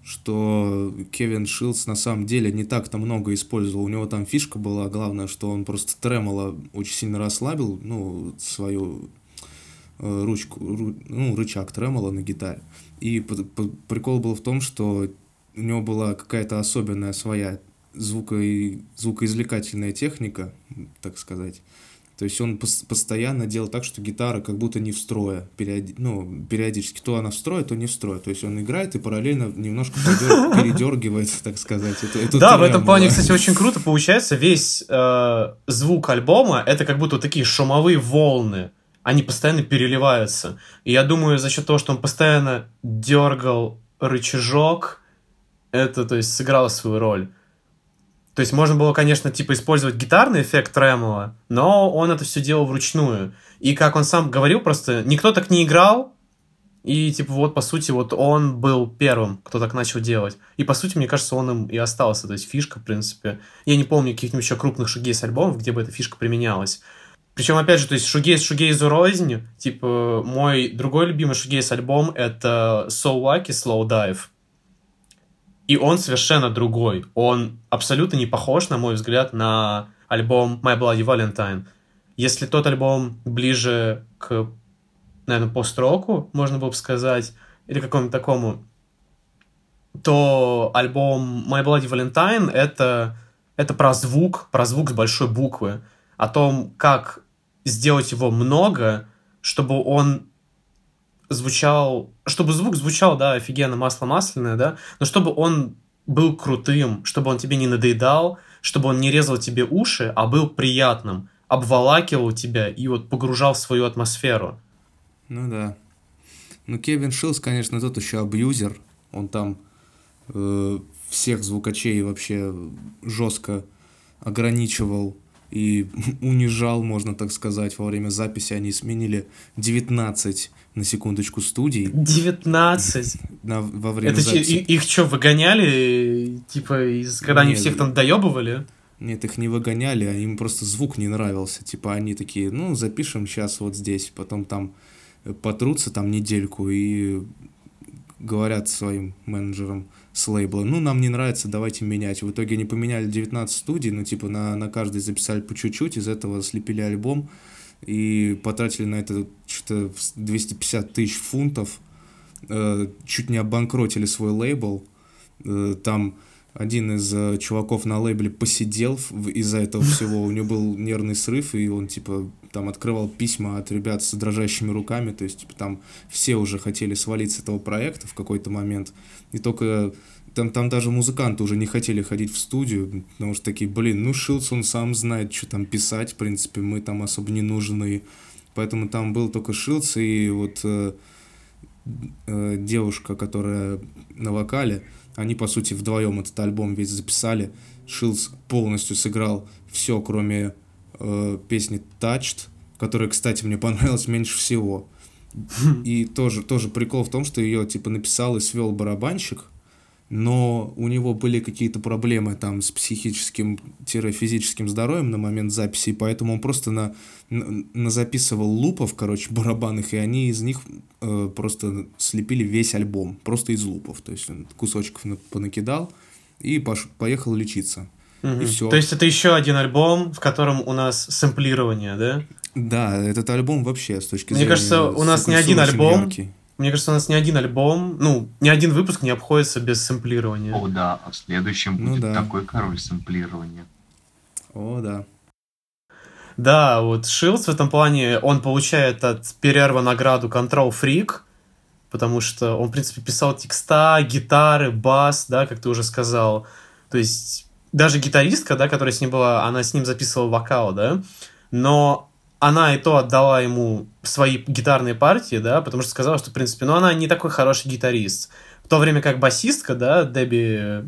Speaker 2: что Кевин Шилдс на самом деле не так-то много использовал. У него там фишка была, главное, что он просто тремоло очень сильно расслабил, ну, свою э, ручку, ру- ну, рычаг тремоло на гитаре. И п- п- прикол был в том, что у него была какая-то особенная своя звуко- звукоизвлекательная техника, так сказать. То есть он пос- постоянно делал так, что гитара как будто не в строе, периоди- ну, периодически. То она в строе, то не в строе. То есть он играет и параллельно немножко подер- передергивает, так сказать. эту- эту
Speaker 1: Да, в этом
Speaker 2: тремоло.
Speaker 1: плане, кстати, очень круто получается. Весь э, звук альбома — это как будто вот такие шумовые волны. Они постоянно переливаются. И я думаю, за счет того, что он постоянно дергал рычажок, это, то есть, сыграло свою роль. То есть можно было, конечно, типа использовать гитарный эффект тремоло, но он это все делал вручную. И как он сам говорил, просто никто так не играл, и типа вот, по сути, вот он был первым, кто так начал делать. И по сути, мне кажется, он им и остался. То есть фишка, в принципе. Я не помню каких-нибудь еще крупных шугейз-альбомов, где бы эта фишка применялась. Причем, опять же, то есть шугейз шугейзу рознь. Типа, мой другой любимый шугейз-альбом — это So Lucky Slow Dive. И он совершенно другой. Он абсолютно не похож, на мой взгляд, на альбом My Bloody Valentine. Если тот альбом ближе к, наверное, пост-року, можно было бы сказать, или какому-то такому, то альбом My Bloody Valentine — это, это про звук, про звук с большой буквы. О том, как сделать его много, чтобы он звучал, чтобы звук звучал, да, офигенно, масло масляное, да, но чтобы он был крутым, чтобы он тебе не надоедал, чтобы он не резал тебе уши, а был приятным, обволакивал тебя и вот погружал в свою атмосферу.
Speaker 2: Ну да. Ну, Кевин Шилс, конечно, тот еще абьюзер. Он там э, всех звукачей вообще жестко ограничивал и унижал, можно так сказать, во время записи. Они сменили девятнадцать, на секундочку, студий
Speaker 1: девятнадцать?
Speaker 2: на, во время
Speaker 1: Это че,
Speaker 2: записи.
Speaker 1: и- их что, выгоняли, типа, из, когда они
Speaker 2: Нет.
Speaker 1: всех там доебывали?
Speaker 2: Нет, их не выгоняли, а им просто звук не нравился. Типа они такие, ну, запишем сейчас вот здесь, потом там потрутся там недельку и говорят своим менеджерам с лейбла, ну, нам не нравится, давайте менять. В итоге они поменяли девятнадцать студий, ну, типа на, на каждой записали по чуть-чуть, из этого слепили альбом и потратили на это что-то двести пятьдесят тысяч фунтов, э, чуть не обанкротили свой лейбл. Э, там один из э, чуваков на лейбле посидел в- из-за этого всего, у него был нервный срыв, и он, типа, там открывал письма от ребят с дрожащими руками, то есть, типа, там все уже хотели свалить с этого проекта в какой-то момент, и только там, там даже музыканты уже не хотели ходить в студию, потому что такие, блин, ну, Шилдс, он сам знает, что там писать, в принципе, мы там особо не нужны, поэтому там был только Шилдс и вот э, э, девушка, которая на вокале, они, по сути, вдвоем этот альбом весь записали. Шилдс полностью сыграл все, кроме э, песни Touched, которая, кстати, мне понравилась меньше всего. И тоже, тоже прикол в том, что ее типа написал и свел барабанщик, но у него были какие-то проблемы там с психическим-физическим здоровьем на момент записи, и поэтому он просто на, на, назаписывал лупов, короче, барабанных, и они из них э, просто слепили весь альбом, просто из лупов, то есть он кусочков на- понакидал и пош- поехал лечиться.
Speaker 1: Мгм.
Speaker 2: И всё.
Speaker 1: То есть это еще один альбом, в котором у нас сэмплирование, да?
Speaker 2: Да, этот альбом вообще с точки
Speaker 1: Мне
Speaker 2: зрения
Speaker 1: кажется, у нас не один
Speaker 2: звукорежиссера очень
Speaker 1: альбом.
Speaker 2: яркий.
Speaker 1: Мне кажется, у нас ни один альбом, ну, ни один выпуск не обходится без сэмплирования.
Speaker 3: О, да, а в следующем
Speaker 2: Ну
Speaker 3: будет
Speaker 2: да.
Speaker 3: такой король сэмплирования.
Speaker 2: О, да.
Speaker 1: Да, вот Шилдс в этом плане, он получает от перерва награду Control Freak, потому что он, в принципе, писал текста, гитары, бас, да, как ты уже сказал. То есть даже гитаристка, да, которая с ним была, она с ним записывала вокал, да, но она и то отдала ему свои гитарные партии, да, потому что сказала, что, в принципе, ну, она не такой хороший гитарист. В то время как басистка, да, Дебби,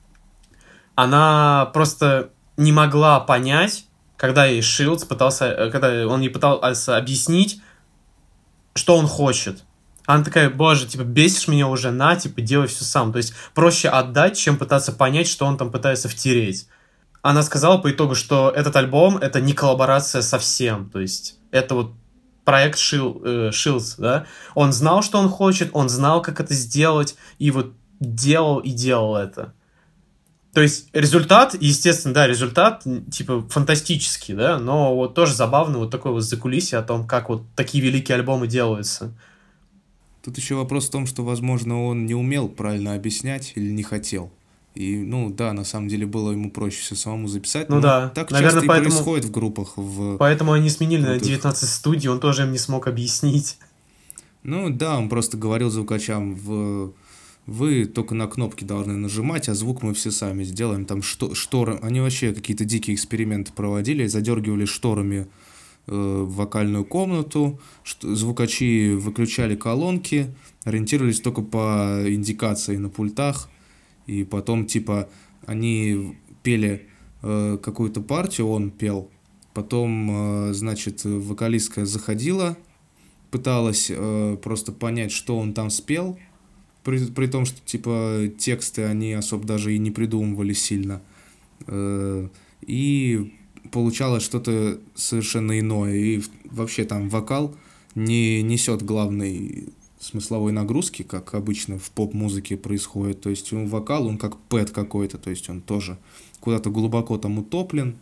Speaker 1: она просто не могла понять, когда ей Шилдс пытался, э, когда он ей пытался объяснить, что он хочет. Она такая, боже, типа, бесишь меня уже, на, типа, делай все сам. То есть проще отдать, чем пытаться понять, что он там пытается втереть. Она сказала по итогу, что этот альбом — это не коллаборация совсем. То есть это вот проект Шил, э, Шилдс, да. Он знал, что он хочет, он знал, как это сделать, и вот делал и делал это. То есть результат, естественно, да, результат, м, типа, фантастический, да, но вот тоже забавно вот такое вот закулисье о том, как вот такие великие альбомы делаются.
Speaker 2: Тут еще вопрос в том, что, возможно, он не умел правильно объяснять или не хотел. И, ну, да, на самом деле было ему проще все самому записать.
Speaker 1: Ну
Speaker 2: но
Speaker 1: да,
Speaker 2: так
Speaker 1: наверное,
Speaker 2: часто и
Speaker 1: поэтому-
Speaker 2: происходит в группах. В...
Speaker 1: Поэтому они сменили на
Speaker 2: Крутых.
Speaker 1: девятнадцать студий, он тоже им не смог объяснить.
Speaker 2: Ну, да, он просто говорил звукачам, в... вы только на кнопки должны нажимать, а звук мы все сами сделаем. Там что... шторы, они вообще какие-то дикие эксперименты проводили, задергивали шторами э, в вокальную комнату, ш- звукачи выключали колонки, ориентировались только по индикации на пультах, и потом, типа, они пели э, какую-то партию, он пел, потом, э, значит, вокалистка заходила, пыталась э, просто понять, что он там спел, при, при том, что, типа, тексты они особо даже и не придумывали сильно. Э, и получалось что-то совершенно иное. И в- вообще там вокал не несет главной смысловой нагрузки, как обычно в поп-музыке происходит. То есть он вокал, он как пэт какой-то, то есть он тоже куда-то глубоко там утоплен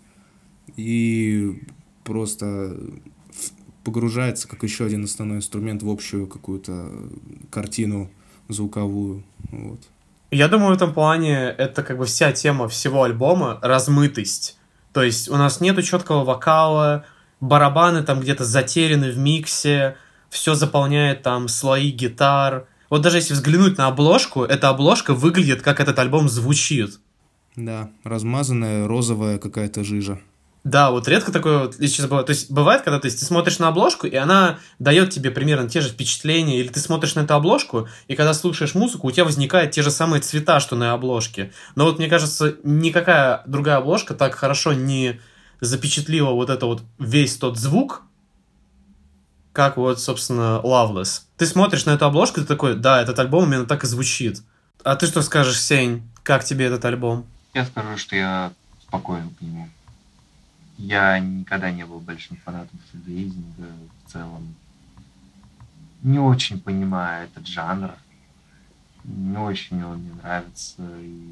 Speaker 2: и просто в- погружается как еще один основной инструмент в общую какую-то картину звуковую. Вот.
Speaker 1: Я думаю, в этом плане это как бы вся тема всего альбома — размытость. То есть у нас нету четкого вокала, барабаны там где-то затеряны в миксе, все заполняет там слои гитар. Вот даже если взглянуть на обложку, эта обложка выглядит, как этот альбом звучит.
Speaker 2: Да, размазанная розовая какая-то жижа.
Speaker 1: Да, вот редко такое вот сейчас бывает. То есть бывает, когда то есть, ты смотришь на обложку, и она дает тебе примерно те же впечатления, или ты смотришь на эту обложку, и когда слушаешь музыку, у тебя возникают те же самые цвета, что на обложке. Но вот мне кажется, никакая другая обложка так хорошо не запечатлила вот это вот весь тот звук, как вот, собственно, Loveless. Ты смотришь на эту обложку, и ты такой, да, этот альбом именно так и звучит. А ты что скажешь, Сень? Как тебе этот альбом?
Speaker 3: Я скажу, что я спокоен к нему. Я никогда не был большим фанатом шугейзинга в целом. Не очень понимаю этот жанр. Не очень он мне нравится. И...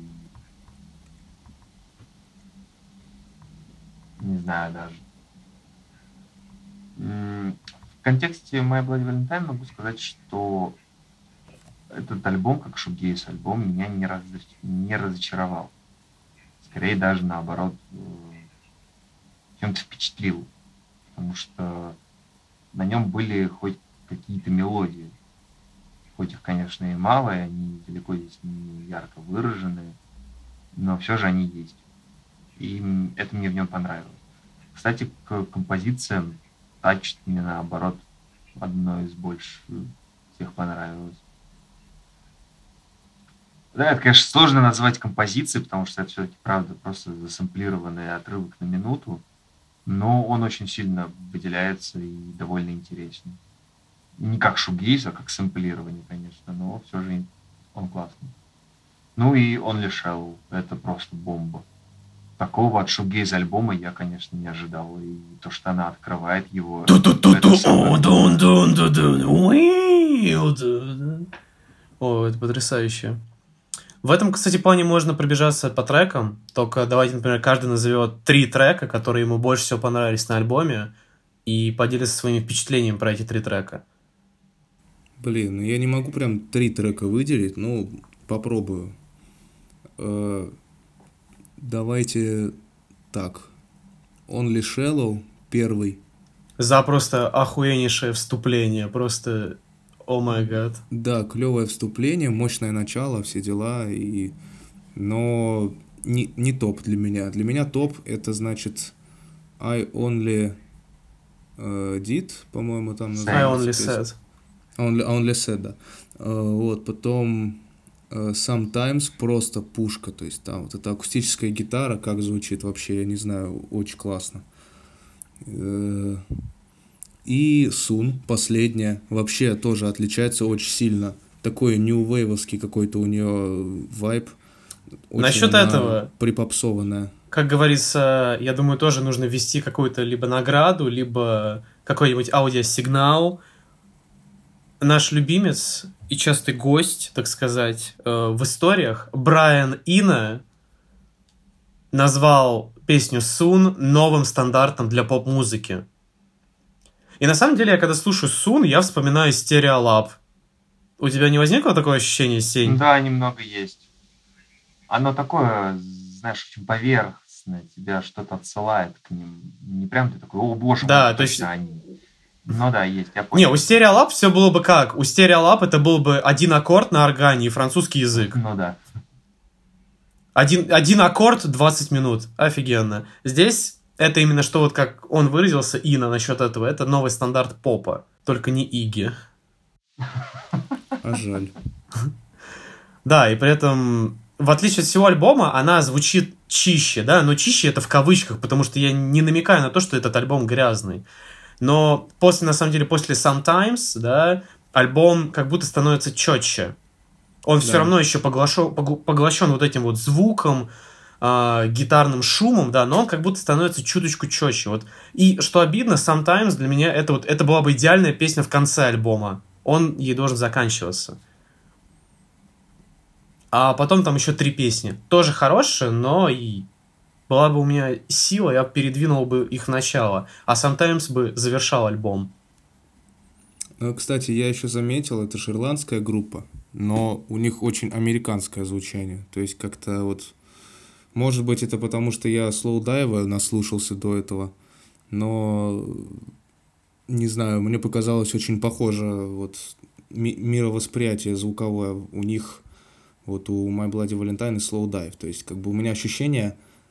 Speaker 3: Не знаю даже. В контексте My Bloody Valentine могу сказать, что этот альбом, как шугейз альбом, меня не, раз... не разочаровал. Скорее даже наоборот, чем-то впечатлил. Потому что на нем были хоть какие-то мелодии. Хоть их, конечно, и мало, и они далеко здесь не ярко выражены, но все же они есть. И это мне в нем понравилось. Кстати, к композициям Touched мне, наоборот, одной из больше всех понравилось. Да, это, конечно, сложно назвать композицией, потому что это все-таки, правда, просто засэмплированный отрывок на минуту, но он очень сильно выделяется и довольно интересен. Не как шугейз, а как сэмплирование, конечно, но все же он классный. Ну и Only Shallow, это просто бомба. Такого от шугейз альбома я, конечно, не ожидал. И то, что она открывает его...
Speaker 1: О, это потрясающе. В этом, кстати, плане можно пробежаться по трекам. Только давайте, например, каждый назовет три трека, которые ему больше всего понравились на альбоме, и поделится своими впечатлениями про эти три трека.
Speaker 2: Блин, ну я не могу прям три трека выделить, ну, попробую. Э, давайте так. Only Shallow, первый.
Speaker 1: За просто охуеннейшее вступление, просто... О май гад.
Speaker 2: Да, клевое вступление, мощное начало, все дела, и... но не, не топ для меня. Для меня топ это значит I Only uh, Did, по-моему, там
Speaker 1: называется. I Only Said.
Speaker 2: Only, only Said, да. Uh, вот, потом uh, Sometimes просто пушка, то есть там вот эта акустическая гитара, как звучит вообще, я не знаю, очень классно. Uh, И Soon, последняя, вообще тоже отличается очень сильно. Такой нью-вейвовский какой-то у нее вайб.
Speaker 1: Насчет этого...
Speaker 2: Припопсованная.
Speaker 1: Как говорится, я думаю, тоже нужно ввести какую-то либо награду, либо какой-нибудь аудиосигнал. Наш любимец и частый гость, так сказать, в историях, Брайан Ина, назвал песню Soon новым стандартом для поп-музыки. И на самом деле, я когда слушаю Soon, я вспоминаю Stereolab. У тебя не возникло такое ощущение, Сень?
Speaker 3: Да, немного есть. Оно такое, знаешь, очень поверхностное, тебя что-то отсылает к ним. Не прям ты такой, о боже,
Speaker 1: да,
Speaker 3: мой,
Speaker 1: то есть...
Speaker 3: они. Ну да, есть, я понял.
Speaker 1: Не, у Stereolab все было бы как? У Stereolab это был бы один аккорд на органе и французский язык.
Speaker 3: Ну да.
Speaker 1: Один, один аккорд, двадцать минут. Офигенно. Здесь... Это именно что, вот как он выразился, Ина, насчет этого. Это новый стандарт попа, только не Игги.
Speaker 2: А жаль.
Speaker 1: Да, и при этом, в отличие от всего альбома, она звучит чище, да, но чище это в кавычках, потому что я не намекаю на то, что этот альбом грязный. Но после, на самом деле, после Sometimes, да, альбом как будто становится четче. Он да. все равно еще поглощен, поглощен вот этим вот звуком, Uh, гитарным шумом, да, но он как будто становится чуточку четче. Вот. И что обидно, Sometimes для меня это, вот, это была бы идеальная песня в конце альбома. Он ей должен заканчиваться. А потом там еще три песни. Тоже хорошие, но и была бы у меня сила, я передвинул бы их в начало. А Sometimes бы завершал альбом.
Speaker 2: Ну, кстати, я еще заметил, это же ирландская группа, но у них очень американское звучание. То есть как-то вот... Может быть, это потому, что я Slowdive наслушался до этого, но, не знаю, мне показалось очень похоже вот, ми- мировосприятие звуковое у них, вот у My Bloody Valentine и Slowdive. То есть, как бы у меня ощущение,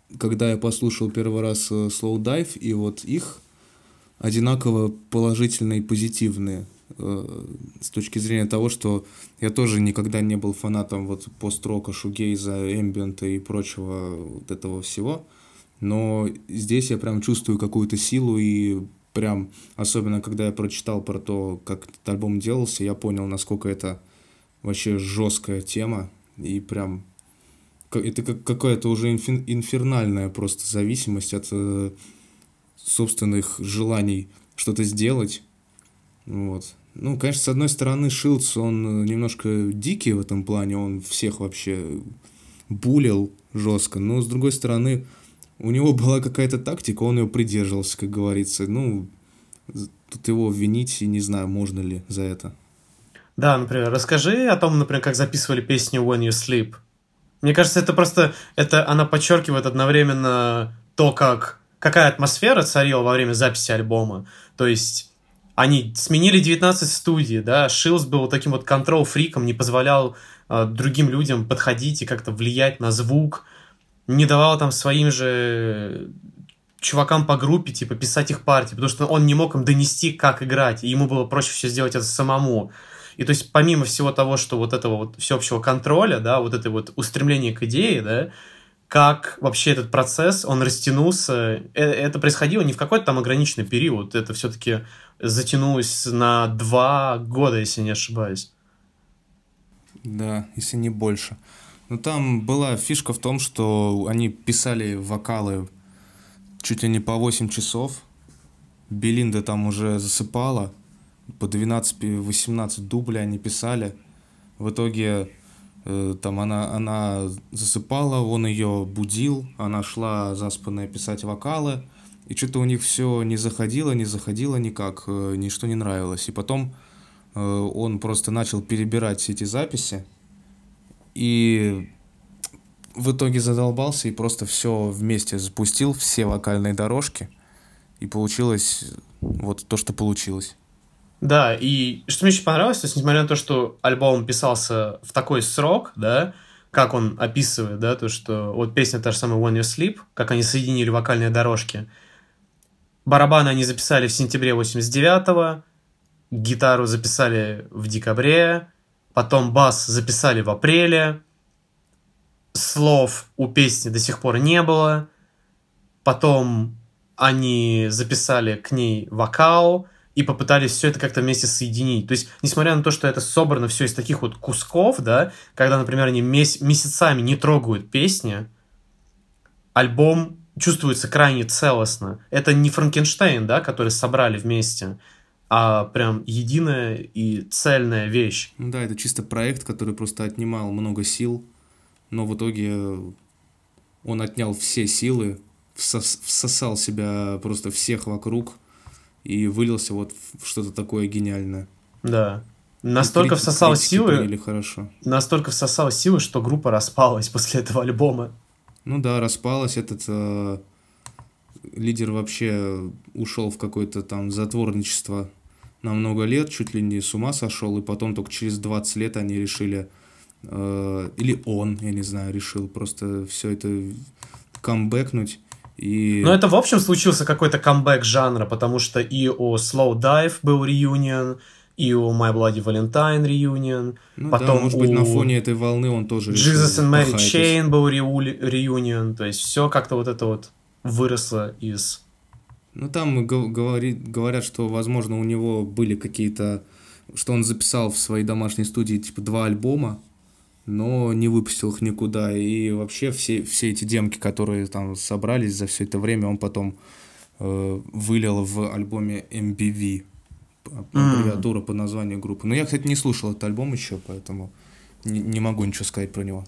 Speaker 2: когда я послушал первый раз э, Slow Dive, и вот их одинаково положительные и позитивные э, с точки зрения того, что я тоже никогда не был фанатом вот пост-рока, шугейза, эмбиента и прочего вот этого всего, но здесь я прям чувствую какую-то силу, и прям, особенно когда я прочитал про то, как этот альбом делался, я понял, насколько это вообще жесткая тема, и прям это как какая-то уже инфи- инфернальная просто зависимость от э, собственных желаний что-то сделать. Вот. Ну, конечно, с одной стороны, Шилдс, он немножко дикий в этом плане, он всех вообще булил жестко, но с другой стороны, у него была какая-то тактика, он ее придерживался, как говорится. Ну, тут его винить, и не знаю, можно ли за это.
Speaker 1: Да, например, расскажи о том, например, как записывали песню When You Sleep. Мне кажется, это просто, это она подчеркивает одновременно то, как, какая атмосфера царила во время записи альбома. То есть они сменили девятнадцать студий, да, Шилдс был таким вот контрол-фриком, не позволял э, другим людям подходить и как-то влиять на звук, не давал там своим же чувакам по группе, типа, писать их партии, потому что он не мог им донести, как играть, и ему было проще все сделать это самому. И то есть помимо всего того, что вот этого вот всеобщего контроля, да, вот это вот устремление к идее, да, как вообще этот процесс, он растянулся, это происходило не в какой-то там ограниченный период, это все-таки затянулось на два года, если не ошибаюсь.
Speaker 2: Да, если не больше. Но там была фишка в том, что они писали вокалы чуть ли не по восемь часов, Белинда там уже засыпала, по двенадцать-восемнадцать дублей они писали. В итоге э, там она, она засыпала, он ее будил, она шла заспанная писать вокалы, и что-то у них все не заходило, не заходило никак, э, ничто не нравилось. И потом э, он просто начал перебирать эти записи, и в итоге задолбался и просто все вместе запустил, все вокальные дорожки, и получилось вот то, что получилось.
Speaker 1: Да, и что мне еще понравилось, то есть, несмотря на то, что альбом писался в такой срок, да, как он описывает, да, то, что вот песня та же самая When You Sleep, как они соединили вокальные дорожки. Барабаны они записали в сентябре восемьдесят девятого, гитару записали в декабре, потом бас записали в апреле, слов у песни до сих пор не было, потом они записали к ней вокал, и попытались все это как-то вместе соединить. То есть, несмотря на то, что это собрано все из таких вот кусков, да, когда, например, они мес- месяцами не трогают песни, альбом чувствуется крайне целостно. Это не Франкенштейн, да, который собрали вместе, а прям единая и цельная вещь.
Speaker 2: Ну да, это чисто проект, который просто отнимал много сил, но в итоге он отнял все силы, всос- всосал в себя просто всех вокруг, и вылился вот в что-то такое гениальное.
Speaker 1: Да. Настолько
Speaker 2: критики,
Speaker 1: всосал
Speaker 2: критики
Speaker 1: силы,
Speaker 2: приняли хорошо.
Speaker 1: настолько всосал силы, что группа распалась после этого альбома.
Speaker 2: Ну да, распалась, этот э, лидер вообще ушел в какое-то там затворничество на много лет, чуть ли не с ума сошел, и потом только через двадцать лет они решили, э, или он, я не знаю, решил просто все это камбэкнуть. И...
Speaker 1: Но это, в общем, случился какой-то камбэк жанра, потому что и у Slow Dive был реюнион, и у My Bloody Valentine реюнион.
Speaker 2: Ну
Speaker 1: потом
Speaker 2: да, может быть, на фоне этой волны он тоже решил
Speaker 1: Jesus and Mary
Speaker 2: похайпить.
Speaker 1: Chain был реюнион, то есть все как-то вот это вот выросло из...
Speaker 2: Ну там говорит, говорят, что, возможно, у него были какие-то... Что он записал в своей домашней студии, типа, два альбома, но не выпустил их никуда. И вообще все, все эти демки, которые там собрались за все это время, он потом э, вылил в альбоме эм би ви, аббревиатура mm. по названию группы. Но я, кстати, не слушал этот альбом еще, поэтому не, не могу ничего сказать про него.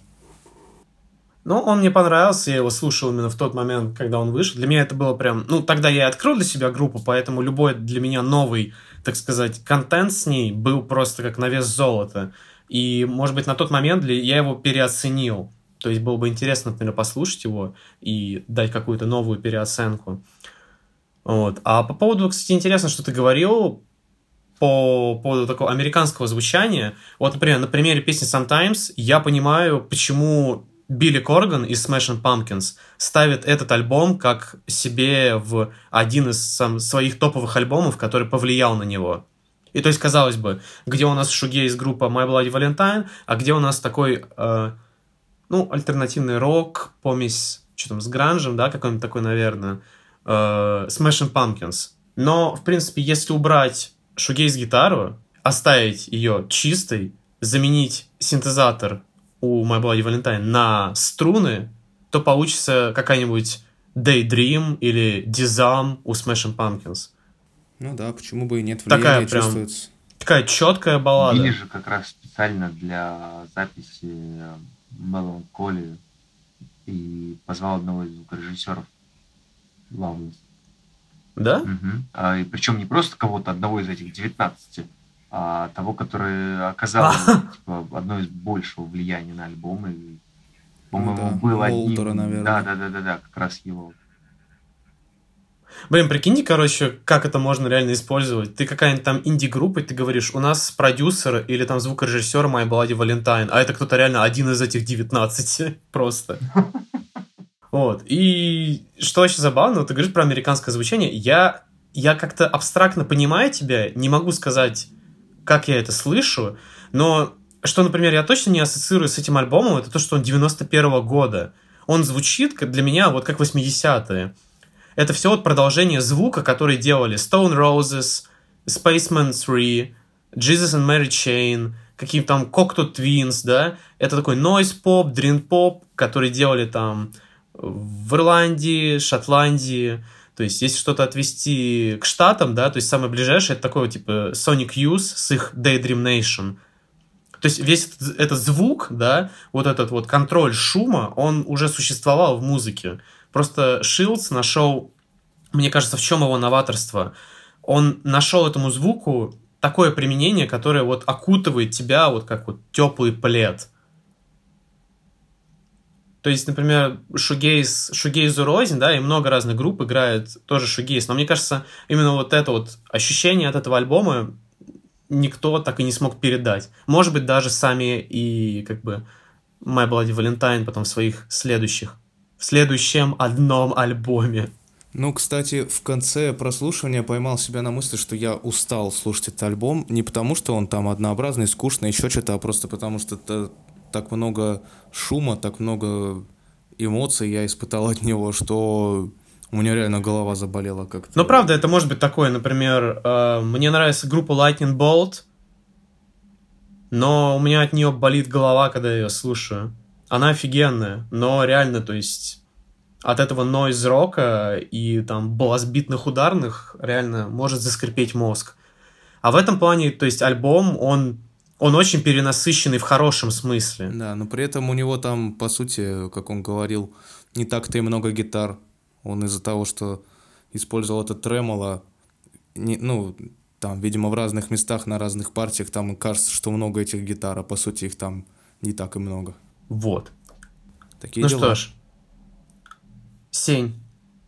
Speaker 1: Ну, он мне понравился, я его слушал именно в тот момент, когда он вышел. Для меня это было прям... Ну, тогда я открыл для себя группу, поэтому любой для меня новый, так сказать, контент с ней был просто как на вес золота. И, может быть, на тот момент я его переоценил. То есть было бы интересно, например, послушать его и дать какую-то новую переоценку. Вот. А по поводу, кстати, интересно, что ты говорил по поводу такого американского звучания. Вот, например, на примере песни Sometimes я понимаю, почему Билли Корган из Smashing Pumpkins ставит этот альбом как себе в один из сам, своих топовых альбомов, который повлиял на него. И то есть, казалось бы, где у нас шугейз группа My Bloody Valentine, а где у нас такой, э, ну, альтернативный рок, помесь, что там, с гранжем, да, какой-нибудь такой, наверное, э, Smashing Pumpkins. Но, в принципе, если убрать шугейз-гитару, оставить ее чистой, заменить синтезатор у My Bloody Valentine на струны, то получится какая-нибудь Daydream или Dizam у Smashing Pumpkins.
Speaker 2: Ну да, почему бы и нет, влияния
Speaker 1: такая прям,
Speaker 2: чувствуется.
Speaker 1: Такая четкая баллада.
Speaker 3: Билли же как раз специально для записи Melancholy и позвал одного из звукорежиссеров, Loveless.
Speaker 1: Да?
Speaker 3: Угу. А, и причем не просто кого-то, одного из этих девятнадцати, а того, который оказал типа, одно из большего влияния на альбом. И, по-моему,
Speaker 2: ну, да.
Speaker 3: был
Speaker 2: Уолтера,
Speaker 3: одним...
Speaker 2: наверное.
Speaker 3: Да, да, да, да, да, как раз его.
Speaker 1: Блин, прикиньте, короче, как это можно реально использовать. Ты какая-нибудь там инди-группа, и ты говоришь, у нас продюсер или там звукорежиссер My Bloody Valentine, а это кто-то реально один из этих девятнадцати просто. Вот. И что очень забавно, ты говоришь про американское звучание, я, я как-то абстрактно понимаю тебя, не могу сказать, как я это слышу, но что, например, я точно не ассоциирую с этим альбомом, это то, что он девяносто первого года. Он звучит для меня вот как восьмидесятые. Это все вот продолжение звука, который делали Stone Roses, Spaceman три, Jesus and Mary Chain, какие-то там Cocteau Twins, да? Это такой noise pop, dream pop, который делали там в Ирландии, Шотландии. То есть, если что-то отвести к Штатам, да, то есть самое ближайшее, это такой типа Sonic Youth с их Daydream Nation. То есть весь этот, этот звук, да, вот этот вот контроль шума, он уже существовал в музыке. Просто Шилдс нашел, мне кажется, в чем его новаторство. Он нашел этому звуку такое применение, которое вот окутывает тебя вот как вот теплый плед. То есть, например, шугейз, шугейзу рознь, да, и много разных групп играет тоже шугейз. Но мне кажется, именно вот это вот ощущение от этого альбома никто так и не смог передать. Может быть, даже сами и как бы My Bloody Valentine потом в своих следующих, в следующем одном альбоме.
Speaker 2: Ну, кстати, в конце прослушивания поймал себя на мысли, что я устал слушать этот альбом. Не потому, что он там однообразный, скучный, еще что-то, а просто потому, что это так много шума, так много эмоций я испытал от него, что у меня реально голова заболела как-то.
Speaker 1: Ну, правда, это может быть такое, например, э, мне нравится группа Lightning Bolt, но у меня от нее болит голова, когда я ее слушаю. Она офигенная, но реально, то есть от этого нойз-рока и там басбитных ударных реально может заскрипеть мозг. А в этом плане, то есть альбом, он, он очень перенасыщенный в хорошем смысле.
Speaker 2: Да, но при этом у него там, по сути, как он говорил, не так-то и много гитар. Он из-за того, что использовал это тремоло, не, ну, там, видимо, в разных местах, на разных партиях, там кажется, что много этих гитар, а по сути их там не так и много.
Speaker 1: Вот.
Speaker 2: Такие
Speaker 1: ну
Speaker 2: дела.
Speaker 1: что ж, Сень,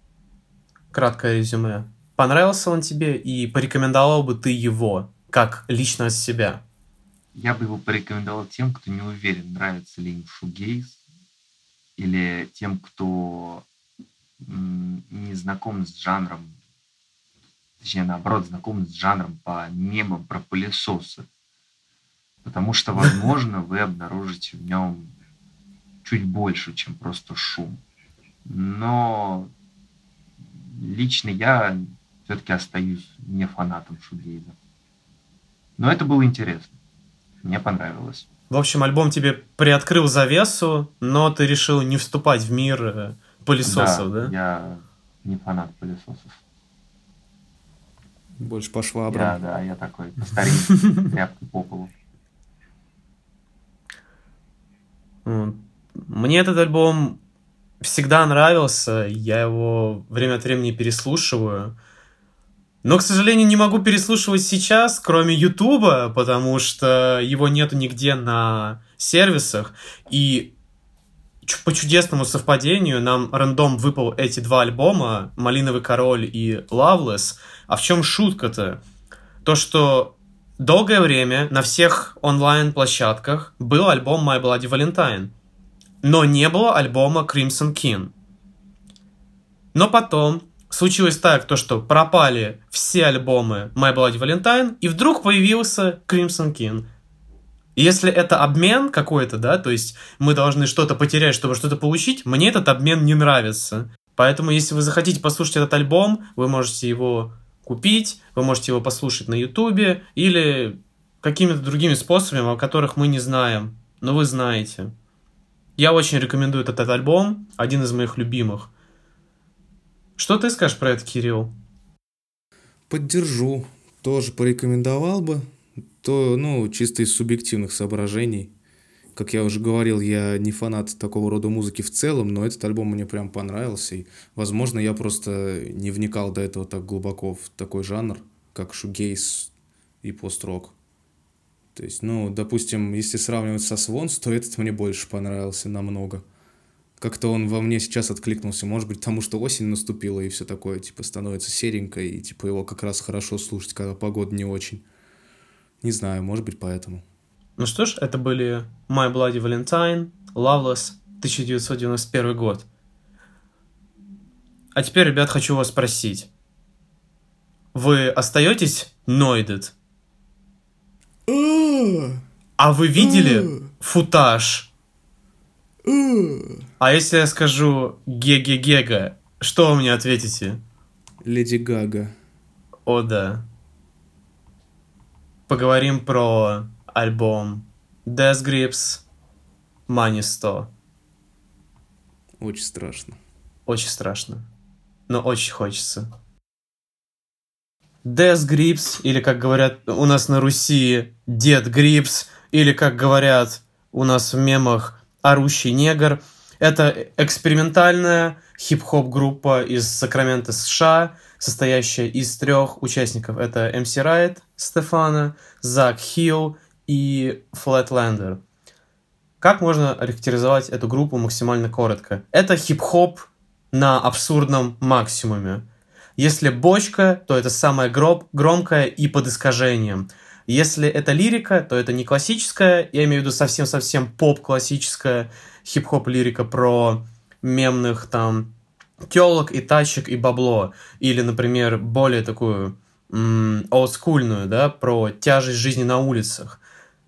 Speaker 1: краткое резюме. Понравился он тебе и порекомендовал бы ты его, как лично от себя?
Speaker 3: Я бы его порекомендовал тем, кто не уверен, нравится ли им шугейз, или тем, кто не знаком с жанром, точнее, наоборот, знаком с жанром по мемам про пылесосы. Потому что, возможно, вы обнаружите в нем чуть больше, чем просто шум. Но лично я все-таки остаюсь не фанатом шугейза. Но это было интересно. Мне понравилось.
Speaker 1: В общем, альбом тебе приоткрыл завесу, но ты решил не вступать в мир пылесосов, да?
Speaker 3: Да, я не фанат пылесосов.
Speaker 2: Больше по швабрам.
Speaker 3: Да, да, я такой по-старинному, тряпку по полу.
Speaker 1: Мне этот альбом всегда нравился, я его время от времени переслушиваю. Но, к сожалению, не могу переслушивать сейчас, кроме Ютуба, потому что его нету нигде на сервисах. И по чудесному совпадению нам рандом выпал эти два альбома, «Малиновый король» и «Loveless». А в чем шутка-то? То, что долгое время на всех онлайн-площадках был альбом My Bloody Valentine. но не было альбома Crimson King. Но потом случилось так, то, что пропали все альбомы My Bloody Valentine, и вдруг появился Crimson King. И если это обмен какой-то, да, то есть мы должны что-то потерять, чтобы что-то получить, мне этот обмен не нравится. Поэтому, если вы захотите послушать этот альбом, вы можете его купить, вы можете его послушать на Ютубе или какими-то другими способами, о которых мы не знаем, но вы знаете. Я очень рекомендую этот альбом, один из моих любимых. Что ты скажешь про это, Кирилл?
Speaker 2: Поддержу. Тоже порекомендовал бы. То, ну, чисто из субъективных соображений. Как я уже говорил, я не фанат такого рода музыки в целом, но этот альбом мне прям понравился. И, возможно, я просто не вникал до этого так глубоко в такой жанр, как шугейз и пост-рок. То есть, ну, допустим, если сравнивать со Swans, то этот мне больше понравился намного. Как-то он во мне сейчас откликнулся, может быть, потому что осень наступила и все такое, типа, становится серенько, и, типа, его как раз хорошо слушать, когда погода не очень. Не знаю, может быть, поэтому.
Speaker 1: Ну что ж, это были My Bloody Valentine, Loveless, тысяча девятьсот девяносто первый год. А теперь, ребят, хочу вас спросить. Вы остаетесь Noided? А вы видели футаж? А если я скажу Геге-Гега, что вы мне ответите?
Speaker 2: Леди Гага.
Speaker 1: О, да. Поговорим про альбом Death Grips Money сто.
Speaker 2: Очень страшно.
Speaker 1: Очень страшно, но очень хочется. Death Grips, или как говорят у нас на Руси, Дед Grips, или как говорят у нас в мемах, орущий негр. Это экспериментальная хип-хоп группа из Сакрамента, США, состоящая из трех участников. Это эм си Riot, Стефана, Зак Хилл и Flatlander. Как можно охарактеризовать эту группу максимально коротко? Это хип-хоп на абсурдном максимуме. Если бочка, то это самое гроб, громкое и под искажением. Если это лирика, то это не классическая, я имею в виду совсем-совсем поп-классическая хип-хоп-лирика про мемных там тёлок и тачек и бабло. Или, например, более такую м- олдскульную, да, про тяжесть жизни на улицах.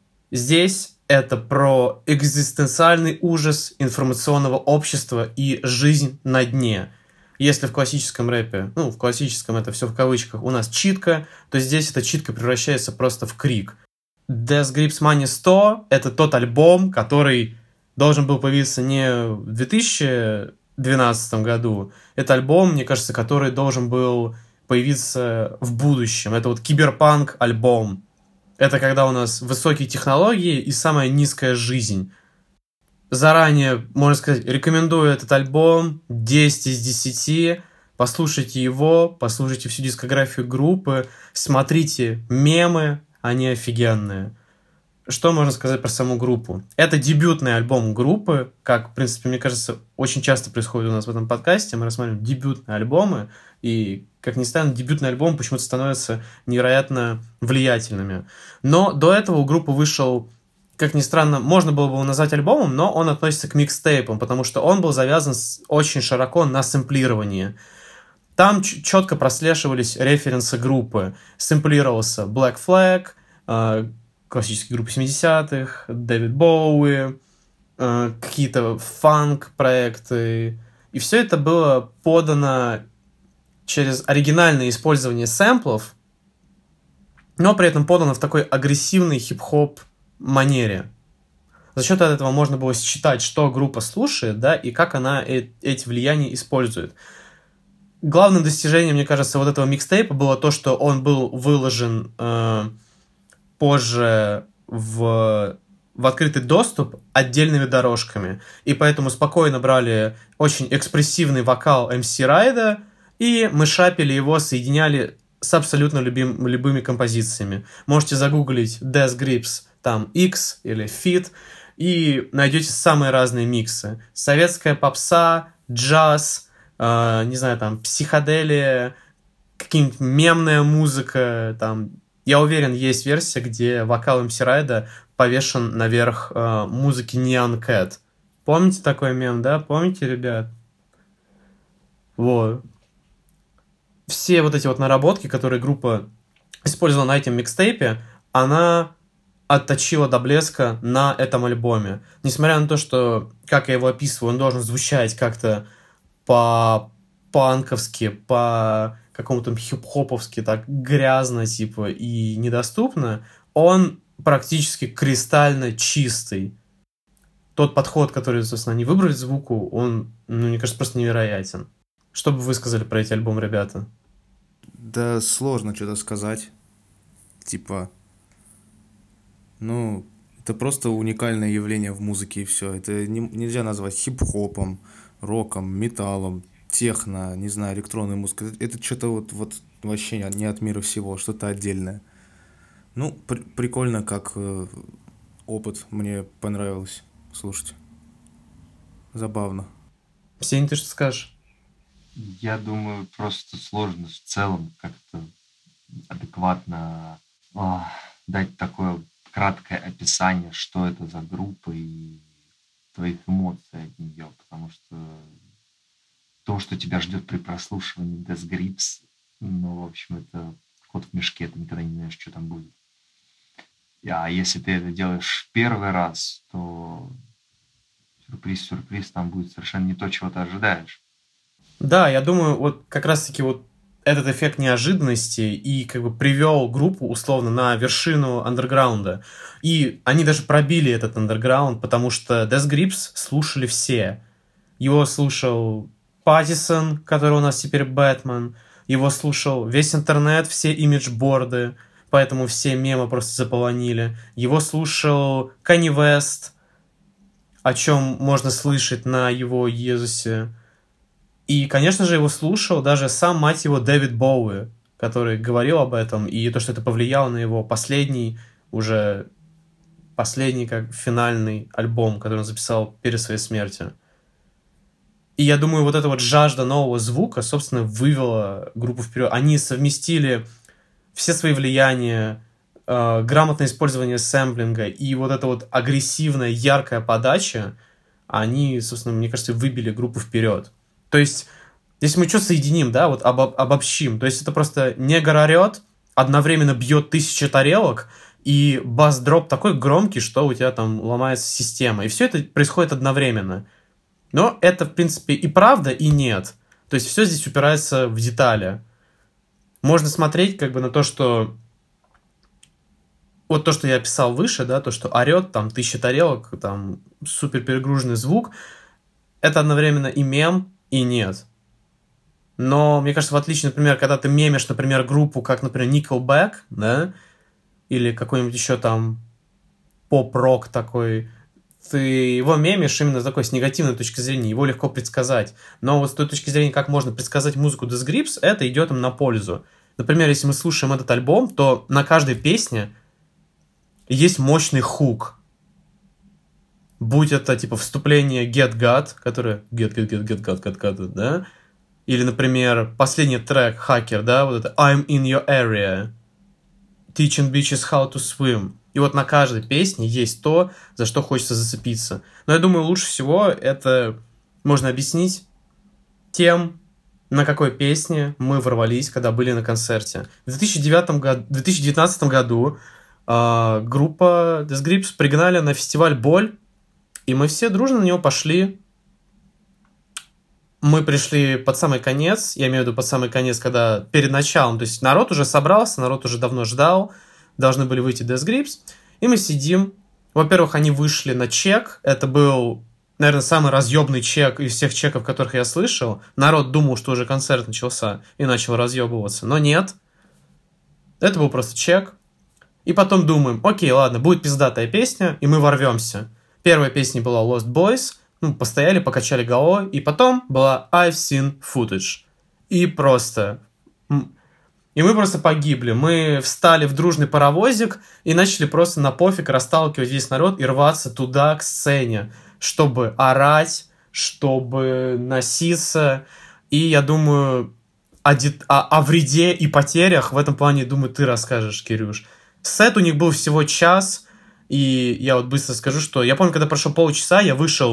Speaker 1: Здесь это про экзистенциальный ужас информационного общества и жизнь на дне. Если в классическом рэпе, ну, в классическом это все в кавычках, у нас читка, то здесь эта читка превращается просто в крик. Death Grips Money сто — это тот альбом, который должен был появиться не в две тысячи двенадцатом году. Это альбом, мне кажется, который должен был появиться в будущем. Это вот киберпанк-альбом. Это когда у нас высокие технологии и самая низкая жизнь. Заранее, можно сказать, рекомендую этот альбом, десять из десяти. Послушайте его, послушайте всю дискографию группы, смотрите мемы, они офигенные. Что можно сказать про саму группу? Это дебютный альбом группы, как, в принципе, мне кажется, очень часто происходит у нас в этом подкасте. Мы рассматриваем дебютные альбомы, и, как ни странно, дебютные альбомы почему-то становятся невероятно влиятельными. Но до этого у группы вышел, как ни странно, можно было бы его назвать альбомом, но он относится к микстейпам, потому что он был завязан очень широко на сэмплировании. Там ч- четко прослеживались референсы группы. Сэмплировался Black Flag, э, классические группы семидесятых, Дэвид Боуи, э, какие-то фанк-проекты. И все это было подано через оригинальное использование сэмплов, но при этом подано в такой агрессивной хип-хоп манере. За счет этого можно было считать, что группа слушает, да, и как она э- эти влияния использует. Главным достижением, мне кажется, вот этого микстейпа было то, что он был выложен э, позже в, в открытый доступ отдельными дорожками. И поэтому спокойно брали очень экспрессивный вокал эм си Райда и мышапили его, соединяли с абсолютно любим, любыми композициями. Можете загуглить Death Grips там X или Fit и найдете самые разные миксы. Советская попса, джаз, Uh, не знаю, там, психоделия, какая-нибудь мемная музыка, там, я уверен, есть версия, где вокал эм си Райда повешен наверх uh, музыки Nyan Cat. Помните такой мем, да? Помните, ребят? Вот. Все вот эти вот наработки, которые группа использовала на этом микстейпе, она отточила до блеска на этом альбоме. Несмотря на то, что, как я его описываю, он должен звучать как-то по-панковски, по какому-то хип-хоповски, так грязно, типа, и недоступно, он практически кристально чистый. Тот подход, который, собственно, они выбрали звуку, он, ну, мне кажется, просто невероятен. Что бы вы сказали про эти альбомы, ребята?
Speaker 2: Да сложно что-то сказать. Типа, ну, это просто уникальное явление в музыке и все. Это не- нельзя назвать хип-хопом, роком, металлом, техно, не знаю, электронной музыкой. Это, это что-то вот, вот вообще не от не от мира всего, что-то отдельное. Ну, при- прикольно, как э, опыт, мне понравилось слушать. Забавно.
Speaker 1: Сень, ты что скажешь?
Speaker 3: Я думаю, просто сложно в целом как-то адекватно а, дать такое краткое описание, что это за группа и твоих эмоций от нее, потому что то, что тебя ждет при прослушивании Death Grips, ну, в общем, это кот в мешке, ты никогда не знаешь, что там будет. А если ты это делаешь в первый раз, то сюрприз-сюрприз, там будет совершенно не то, чего ты ожидаешь.
Speaker 1: Да, я думаю, вот как раз-таки вот этот эффект неожиданности и как бы привел группу условно на вершину андерграунда. И они даже пробили этот андерграунд, потому что Death Grips слушали все. Его слушал Паттисон, который у нас теперь Бэтмен. Его слушал весь интернет, все имиджборды, поэтому все мемы просто заполонили. Его слушал Канье Вест, о чем можно слышать на его Езусе. И, конечно же, его слушал даже сам, мать его, Дэвид Боуи, который говорил об этом, и то, что это повлияло на его последний, уже последний, как финальный альбом, который он записал перед своей смертью. И я думаю, вот эта вот жажда нового звука, собственно, вывела группу вперед. Они совместили все свои влияния, э, грамотное использование сэмплинга и вот эта вот агрессивная, яркая подача, они, собственно, мне кажется, выбили группу вперед. То есть, если мы что соединим, да, вот обо- обобщим, то есть это просто негр орет, одновременно бьет тысячи тарелок, и бас-дроп такой громкий, что у тебя там ломается система. И все это происходит одновременно. Но это, в принципе, и правда, и нет. То есть все здесь упирается в детали. Можно смотреть как бы на то, что вот то, что я описал выше, да, то, что орет, там, тысяча тарелок, там, супер перегруженный звук, это одновременно и мем, и нет. Но, мне кажется, в отличие, например, когда ты мемишь, например, группу, как, например, Nickelback, да, или какой-нибудь еще там поп-рок такой, ты его мемишь именно с такой, с негативной точки зрения, его легко предсказать. Но вот с той точки зрения, как можно предсказать музыку Death Grips, это идет им на пользу. Например, если мы слушаем этот альбом, то на каждой песне есть мощный хук. Будь это, типа, вступление Get God, которое Get, Get, Get, Get, God, God, God, да? Или, например, последний трек Hacker, да, вот это I'm in your area, Teaching bitches how to swim. И вот на каждой песне есть то, за что хочется зацепиться. Но я думаю, лучше всего это можно объяснить тем, на какой песне мы ворвались, когда были на концерте. В две тысячи девятом году, в две тысячи девятнадцатом году э, группа Death Grips пригнали на фестиваль «Боль», и мы все дружно на него пошли. Мы пришли под самый конец, я имею в виду под самый конец, когда перед началом, то есть народ уже собрался, народ уже давно ждал, должны были выйти Death Grips, и мы сидим. Во-первых, они вышли на чек, это был, наверное, самый разъебный чек из всех чеков, которых я слышал. Народ думал, что уже концерт начался, и начал разъебываться, но нет. Это был просто чек. И потом думаем, окей, ладно, будет пиздатая песня, и мы ворвемся. Первая песня была Lost Boys, ну, постояли, покачали головой, и потом была I've Seen Footage. И просто... И мы просто погибли. Мы встали в дружный паровозик и начали просто на пофиг расталкивать весь народ и рваться туда, к сцене, чтобы орать, чтобы носиться. И я думаю, о, дет... о, о вреде и потерях в этом плане, думаю, ты расскажешь, Кирюш. Сет у них был всего час, и я вот быстро скажу, что я помню, когда прошло полчаса, я вышел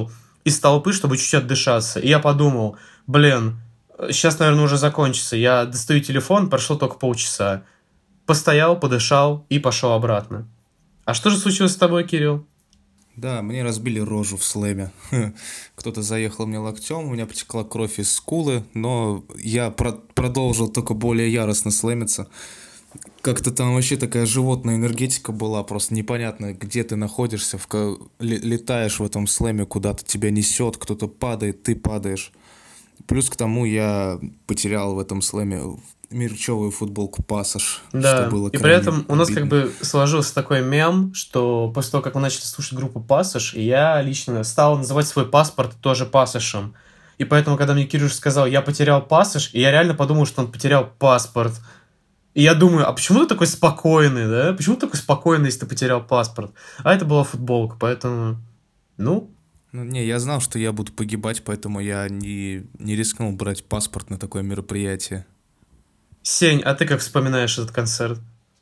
Speaker 1: из толпы, чтобы чуть отдышаться. И я подумал, блин, сейчас, наверное, уже закончится. Я достаю телефон, прошло только полчаса. Постоял, подышал и пошел обратно. А что же случилось с тобой, Кирилл?
Speaker 2: Да, мне разбили рожу в слэме. Кто-то заехал мне локтем, у меня потекла кровь из скулы, но я про- продолжил только более яростно слэмиться. Как-то там вообще такая животная энергетика была, просто непонятно, где ты находишься, в ка- ле- летаешь в этом слэме, куда-то тебя несет, кто-то падает, ты падаешь. Плюс к тому я потерял в этом слэме мерчевую футболку «Пассаж»,
Speaker 1: Да,
Speaker 2: что было
Speaker 1: и при
Speaker 2: крайне
Speaker 1: этом у нас как
Speaker 2: обидно.
Speaker 1: бы сложился такой мем, что после того, как мы начали слушать группу «Пассаж», я лично стал называть свой паспорт тоже «Пассажем». И поэтому, когда мне Кирюш сказал, я потерял пассаж, и я реально подумал, что он потерял паспорт. И я думаю, а почему ты такой спокойный, да? Почему ты такой спокойный, если ты потерял паспорт? А это была футболка, поэтому, ну...
Speaker 2: Ну, не, я знал, что я буду погибать, поэтому я не, не рискнул брать паспорт на такое мероприятие.
Speaker 1: Сень, а ты как вспоминаешь этот концерт?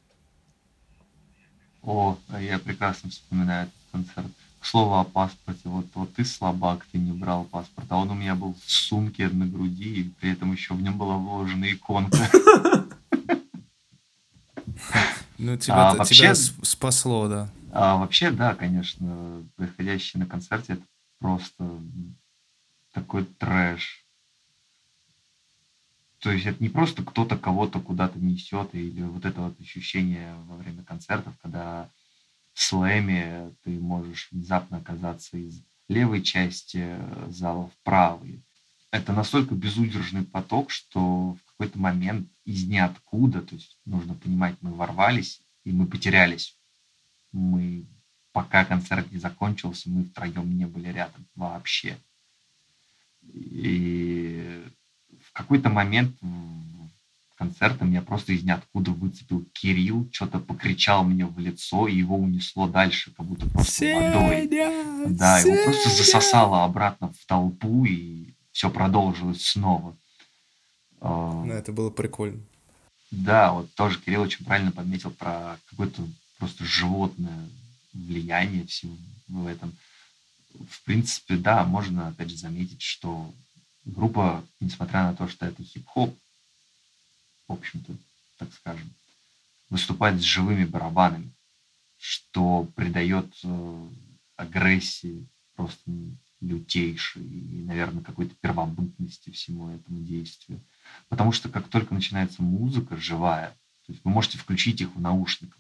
Speaker 3: О, я прекрасно вспоминаю этот концерт. К слову о паспорте, вот, вот ты слабак, ты не брал паспорт, а он у меня был в сумке на груди, и при этом еще в нем была вложена иконка.
Speaker 2: Ну, тебя,
Speaker 3: А
Speaker 2: тебя
Speaker 3: вообще,
Speaker 2: с- спасло, да.
Speaker 3: а вообще, да, конечно, происходящее на концерте это просто такой трэш. То есть это не просто кто-то кого-то куда-то несет, или вот это вот ощущение во время концертов, когда в слэме ты можешь внезапно оказаться из левой части зала в правой. Это настолько безудержный поток, что в какой-то момент из ниоткуда, то есть нужно понимать, мы ворвались и мы потерялись. Мы, пока концерт не закончился, мы втроем не были рядом вообще. И в какой-то момент концерта меня просто из ниоткуда выцепил Кирилл, что-то покричал мне в лицо, и его унесло дальше, как будто просто водой.
Speaker 2: Сеня!
Speaker 3: Да, его просто
Speaker 2: Сеня!
Speaker 3: засосало обратно в толпу, и все продолжилось снова.
Speaker 2: Ну,
Speaker 3: А,
Speaker 2: это было прикольно.
Speaker 3: Да, вот тоже Кирилл очень правильно подметил про какое-то просто животное влияние всего в этом. В принципе, да, можно опять же заметить, что группа, несмотря на то, что это хип-хоп, в общем-то, так скажем, выступает с живыми барабанами, что придает э, агрессии просто лютейшей и, наверное, какой-то первобытности всему этому действию. Потому что как только начинается музыка живая, то есть вы можете включить их в наушниках,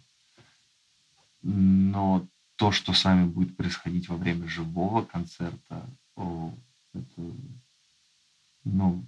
Speaker 3: но то, что с вами будет происходить во время живого концерта, о, это, ну,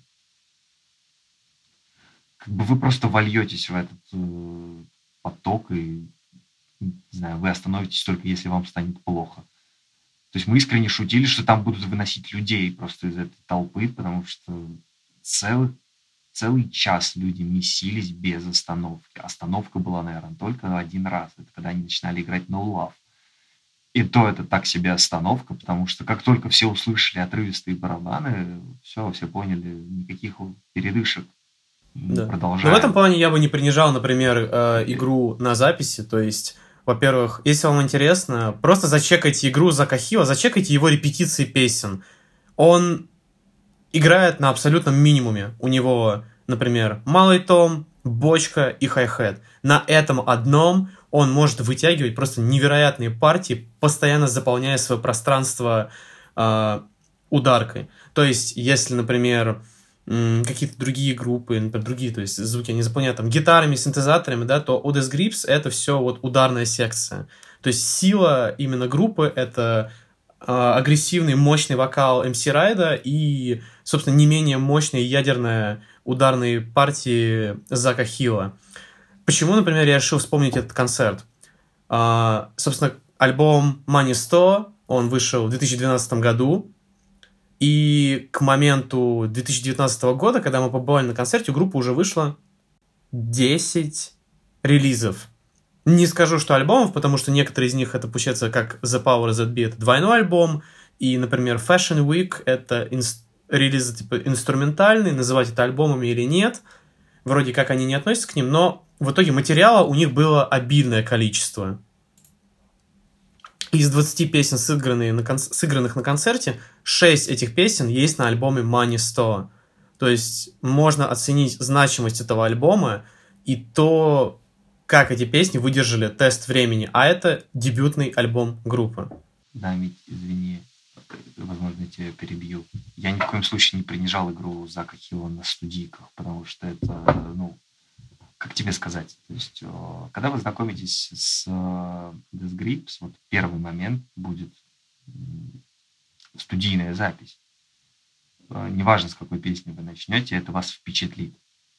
Speaker 3: как бы вы просто вольетесь в этот э, поток и, не знаю, вы остановитесь только если вам станет плохо. То есть мы искренне шутили, что там будут выносить людей просто из этой толпы, потому что целый, целый час люди месились без остановки. Остановка была, наверное, только один раз. Это когда они начинали играть No Love. И то это так себе остановка, потому что как только все услышали отрывистые барабаны, все, все поняли, никаких передышек.
Speaker 1: Да.
Speaker 3: Продолжаем.
Speaker 1: Но в этом плане я бы не принижал, например, э, игру на записи. То есть, во-первых, если вам интересно, просто зачекайте игру Зака Хилла, зачекайте его репетиции песен. Он играет на абсолютном минимуме. У него, например, малый том, бочка и хай-хет. На этом одном он может вытягивать просто невероятные партии, постоянно заполняя свое пространство э, ударкой. То есть, если, например, м, какие-то другие группы, например, другие, то есть звуки они заполняют там гитарами, синтезаторами, да, то Otis Grips это все вот ударная секция. То есть сила именно группы это э, агрессивный, мощный вокал эм си Райда и, собственно, не менее мощные ядерные ударные партии Зака Хилла. Почему, например, я решил вспомнить этот концерт? А, собственно, альбом Money сто, он вышел в две тысячи двенадцатом году, и к моменту две тысячи девятнадцатого года, когда мы побывали на концерте, у группы уже вышло десять релизов. Не скажу, что альбомов, потому что некоторые из них это, получается, как The Power That Be, это двойной альбом, и, например, Fashion Week это инс- релизы типа инструментальные, называть это альбомами или нет, вроде как они не относятся к ним, но в итоге материала у них было обильное количество. из двадцати песен, сыгранные на кон... сыгранных на концерте, шесть этих песен есть на альбоме Money сто. То есть можно оценить значимость этого альбома и то, как эти песни выдержали тест времени. А это дебютный альбом группы.
Speaker 3: Да, Мить, извини, возможно, я тебя перебью. Я ни в коем случае не принижал игру Зака Хилла на студийках, потому что это, ну, как тебе сказать, то есть, когда вы знакомитесь с Death Grips, вот первый момент будет студийная запись. Неважно, с какой песни вы начнете, это вас впечатлит.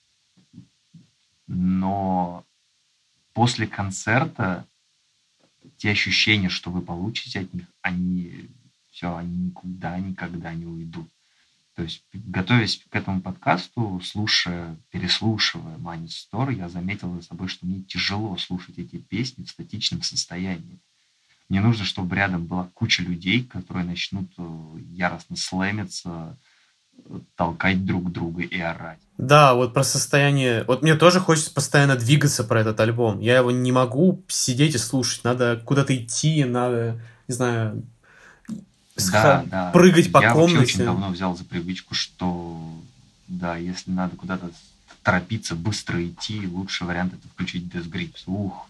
Speaker 3: Но после концерта те ощущения, что вы получите от них, они все, они никуда никогда не уйдут. То есть, готовясь к этому подкасту, слушая, переслушивая Money сто, я заметил за собой, что мне тяжело слушать эти песни в статичном состоянии. Мне нужно, чтобы рядом была куча людей, которые начнут яростно слэмиться, толкать друг друга и орать.
Speaker 1: Да, вот про состояние... Вот мне тоже хочется постоянно двигаться про этот альбом. Я его не могу сидеть и слушать. Надо куда-то идти, надо, не знаю...
Speaker 3: Да, да.
Speaker 1: Прыгать по
Speaker 3: я
Speaker 1: комнате.
Speaker 3: Я вообще очень давно взял за привычку, что да, если надо куда-то торопиться, быстро идти, лучший вариант это включить Death Grips. Ух.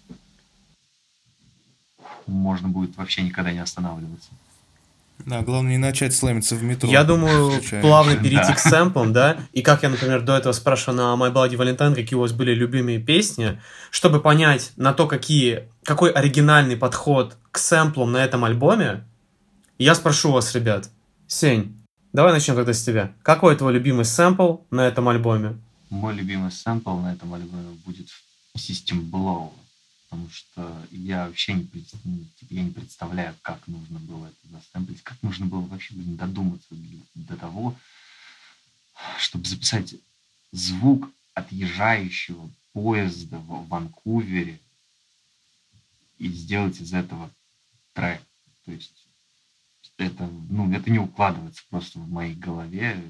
Speaker 3: Можно будет вообще никогда не останавливаться.
Speaker 2: Да, главное не начать слэмиться в метро.
Speaker 1: Я думаю,
Speaker 2: Включаешь.
Speaker 1: плавно перейти
Speaker 3: Да.
Speaker 1: к сэмплам, да, и как я, например, до этого спрашивал на My Bloody Valentine, какие у вас были любимые песни, чтобы понять на то, какие, какой оригинальный подход к сэмплам на этом альбоме, я спрошу вас, ребят. Сень, давай начнем тогда с тебя. Какой твой любимый сэмпл на этом альбоме?
Speaker 3: Мой любимый сэмпл на этом альбоме будет System Blow, потому что я вообще не, пред- ну, типа, я не представляю, как нужно было это засэмплить, как нужно было вообще, блин, додуматься для- до того, чтобы записать звук отъезжающего поезда в Ванкувере и сделать из этого трек. То есть это, ну, это не укладывается просто в моей голове.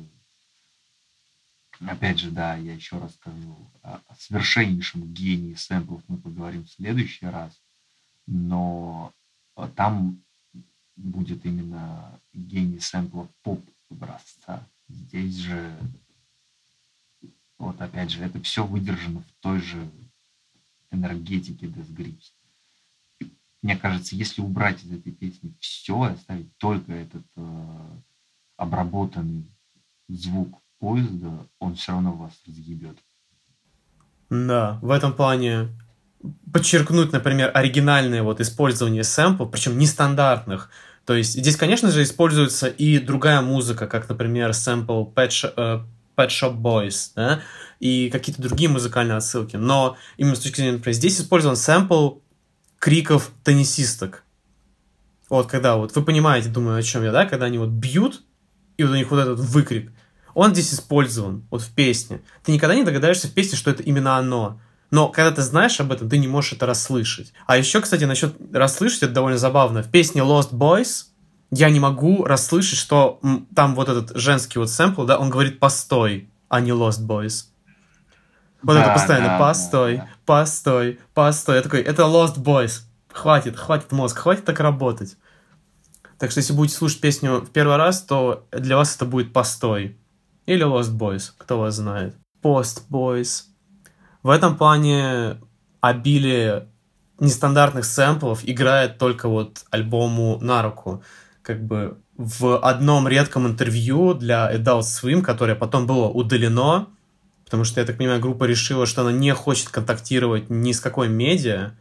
Speaker 3: Опять же, да, я еще раз скажу, о о совершеннейшем гении сэмплов мы поговорим в следующий раз, но э, там будет именно гений сэмплов поп-образца. Здесь же, вот опять же, это все выдержано в той же энергетике Death Grips. Мне кажется, если убрать из этой песни все и оставить только этот э, обработанный звук поезда, он все равно вас разъебет.
Speaker 1: Да, в этом плане подчеркнуть, например, оригинальное вот использование сэмплов, причем нестандартных. То есть здесь, конечно же, используется и другая музыка, как, например, сэмпл Pet Shop, э, Pet Shop Boys, да, и какие-то другие музыкальные отсылки. Но именно с точки зрения, например, здесь использован сэмпл криков теннисисток. Вот когда вот вы понимаете, думаю, о чем я, да, когда они вот бьют, и вот у них вот этот выкрик, он здесь использован, вот в песне. Ты никогда не догадаешься в песне, что это именно оно. Но когда ты знаешь об этом, ты не можешь это расслышать. А еще, кстати, насчет расслышать, это довольно забавно. В песне Lost Boys я не могу расслышать, что м, там вот этот женский вот сэмпл, да, он говорит «постой», а не Lost Boys. Вот
Speaker 3: Да,
Speaker 1: это постоянно
Speaker 3: да,
Speaker 1: «постой,
Speaker 3: да, да.
Speaker 1: постой, постой». Я такой, это Lost Boys. Хватит, хватит мозг, хватит так работать. Так что если будете слушать песню в первый раз, то для вас это будет «постой». Или Lost Boys, кто вас знает. Post Boys. В этом плане обилие нестандартных сэмплов играет только вот альбому на руку. Как бы в одном редком интервью для Adult Swim, которое потом было удалено, потому что, я так понимаю, группа решила, что она не хочет контактировать ни с какой медиа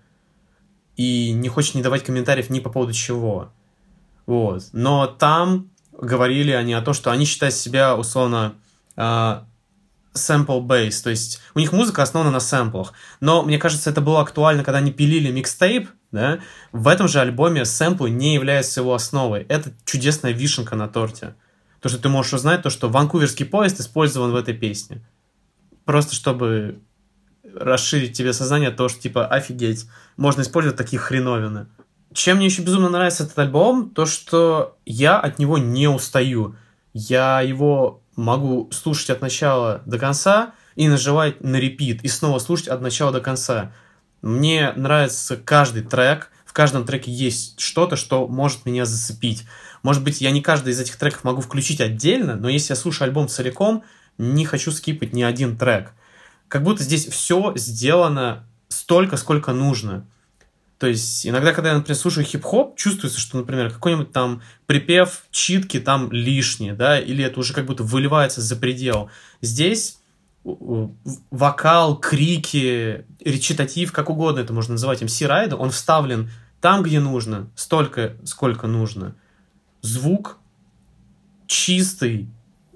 Speaker 1: и не хочет не давать комментариев ни по поводу чего. Вот. Но там говорили они о том, что они считают себя, условно, э, sample-based, то есть у них музыка основана на сэмплах. Но, мне кажется, это было актуально, когда они пилили микстейп, да? В этом же альбоме сэмплы не являются его основой. Это чудесная вишенка на торте. То, что ты можешь узнать, то, что ванкуверский поезд использован в этой песне. Просто чтобы расширить тебе сознание, то, что, типа, офигеть, можно использовать такие хреновины. Чем мне еще безумно нравится этот альбом, то, что я от него не устаю. Я его могу слушать от начала до конца и нажимать на репит, и снова слушать от начала до конца. Мне нравится каждый трек, в каждом треке есть что-то, что может меня зацепить. Может быть, я не каждый из этих треков могу включить отдельно, но если я слушаю альбом целиком, не хочу скипать ни один трек. Как будто здесь все сделано столько, сколько нужно. То есть иногда, когда я, например, слушаю хип-хоп, чувствуется, что, например, какой-нибудь там припев, читки там лишние, да, или это уже как будто выливается за предел. Здесь вокал, крики, речитатив, как угодно это можно называть, эм си Райда, он вставлен там, где нужно, столько, сколько нужно. Звук чистый,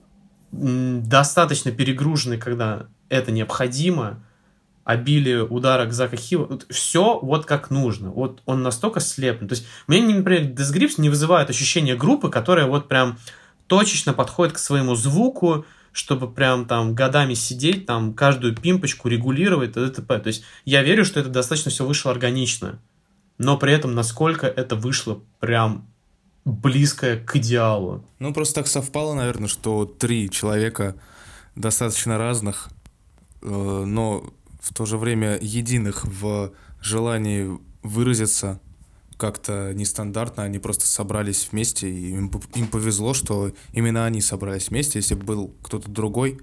Speaker 1: достаточно перегруженный, когда это необходимо, обилие ударок Зака Хилла, все вот как нужно. Вот он настолько слеплен. То есть, мне, например, Death Grips не вызывает ощущение группы, которая вот прям точечно подходит к своему звуку, чтобы прям там годами сидеть, там каждую пимпочку регулировать, т.д. т.п. То есть, я верю, что это достаточно все вышло органично. Но при этом, насколько это вышло прям близкое к идеалу.
Speaker 2: Ну, просто так совпало, наверное, что три человека достаточно разных, но в то же время единых в желании выразиться как-то нестандартно. Они просто собрались вместе, и им, им повезло, что именно они собрались вместе. Если бы был кто-то другой,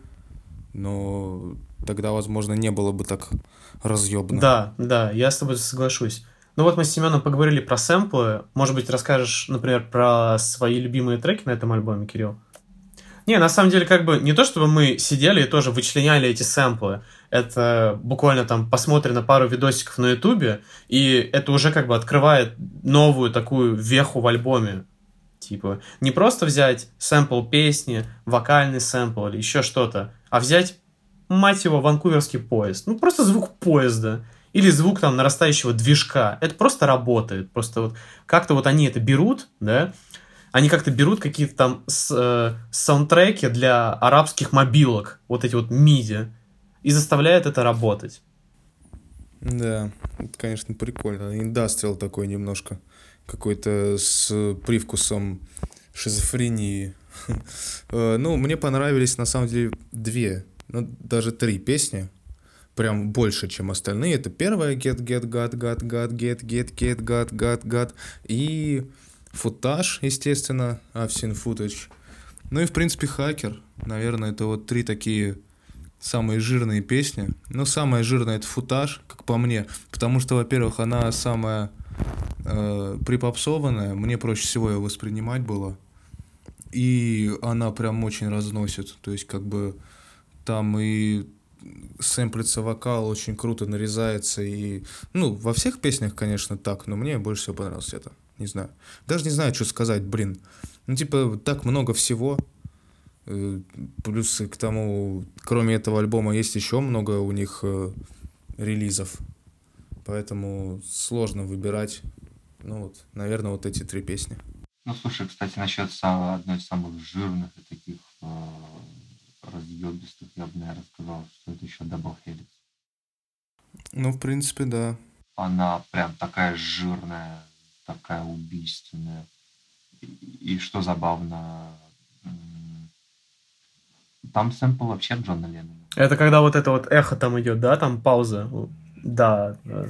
Speaker 2: но тогда, возможно, не было бы так разъебно.
Speaker 1: Да, да, я с тобой соглашусь. Ну вот мы с Семеном поговорили про сэмплы. Может быть, расскажешь, например, про свои любимые треки на этом альбоме, Кирилл? Не, на самом деле, как бы, не то, чтобы мы сидели и тоже вычленяли эти сэмплы. Это буквально там посмотрено пару видосиков на Ютубе, и это уже как бы открывает новую такую веху в альбоме. Типа, не просто взять сэмпл песни, вокальный сэмпл или еще что-то, а взять, мать его, ванкуверский поезд. Ну, просто звук поезда. Или звук там нарастающего движка. Это просто работает. Просто вот как-то вот они это берут, да, они как-то берут какие-то там с, э, саундтреки для арабских мобилок, вот эти вот миди, и заставляют это работать.
Speaker 2: Да, это, конечно, прикольно. Индастриал такой немножко, какой-то с привкусом шизофрении. Ну, мне понравились, на самом деле, две, ну, даже три песни. Прям больше, чем остальные. Это первая Get, Get, God, God, God, Get, Get, Get, God, God, God. И Футаж, естественно, I've seen footage. Ну и, в принципе, Хакер. Наверное, это вот три такие самые жирные песни. Но самая жирная — это Футаж, как по мне. Потому что, во-первых, она самая э, припопсованная. Мне проще всего ее воспринимать было. И она прям очень разносит. То есть, как бы, там и сэмплится вокал, очень круто нарезается. И, ну, во всех песнях, конечно, так, но мне больше всего понравилось это. Не знаю. Даже не знаю, что сказать, блин. Ну, типа, так много всего. Плюс к тому, кроме этого альбома, есть еще много у них э, релизов. Поэтому сложно выбирать. Ну, вот, наверное, вот эти три песни.
Speaker 3: Ну, слушай, кстати, насчет сам- одной из самых жирных и таких э, разъебистых, я бы, наверное, сказал, что это еще Double Helix.
Speaker 2: Ну, в принципе, да.
Speaker 3: Она прям такая жирная, такая убийственная. И, и что забавно, м, там сэмпл вообще от Джона Леннона.
Speaker 1: Это когда вот это вот эхо там идет, да, там пауза. Да, да.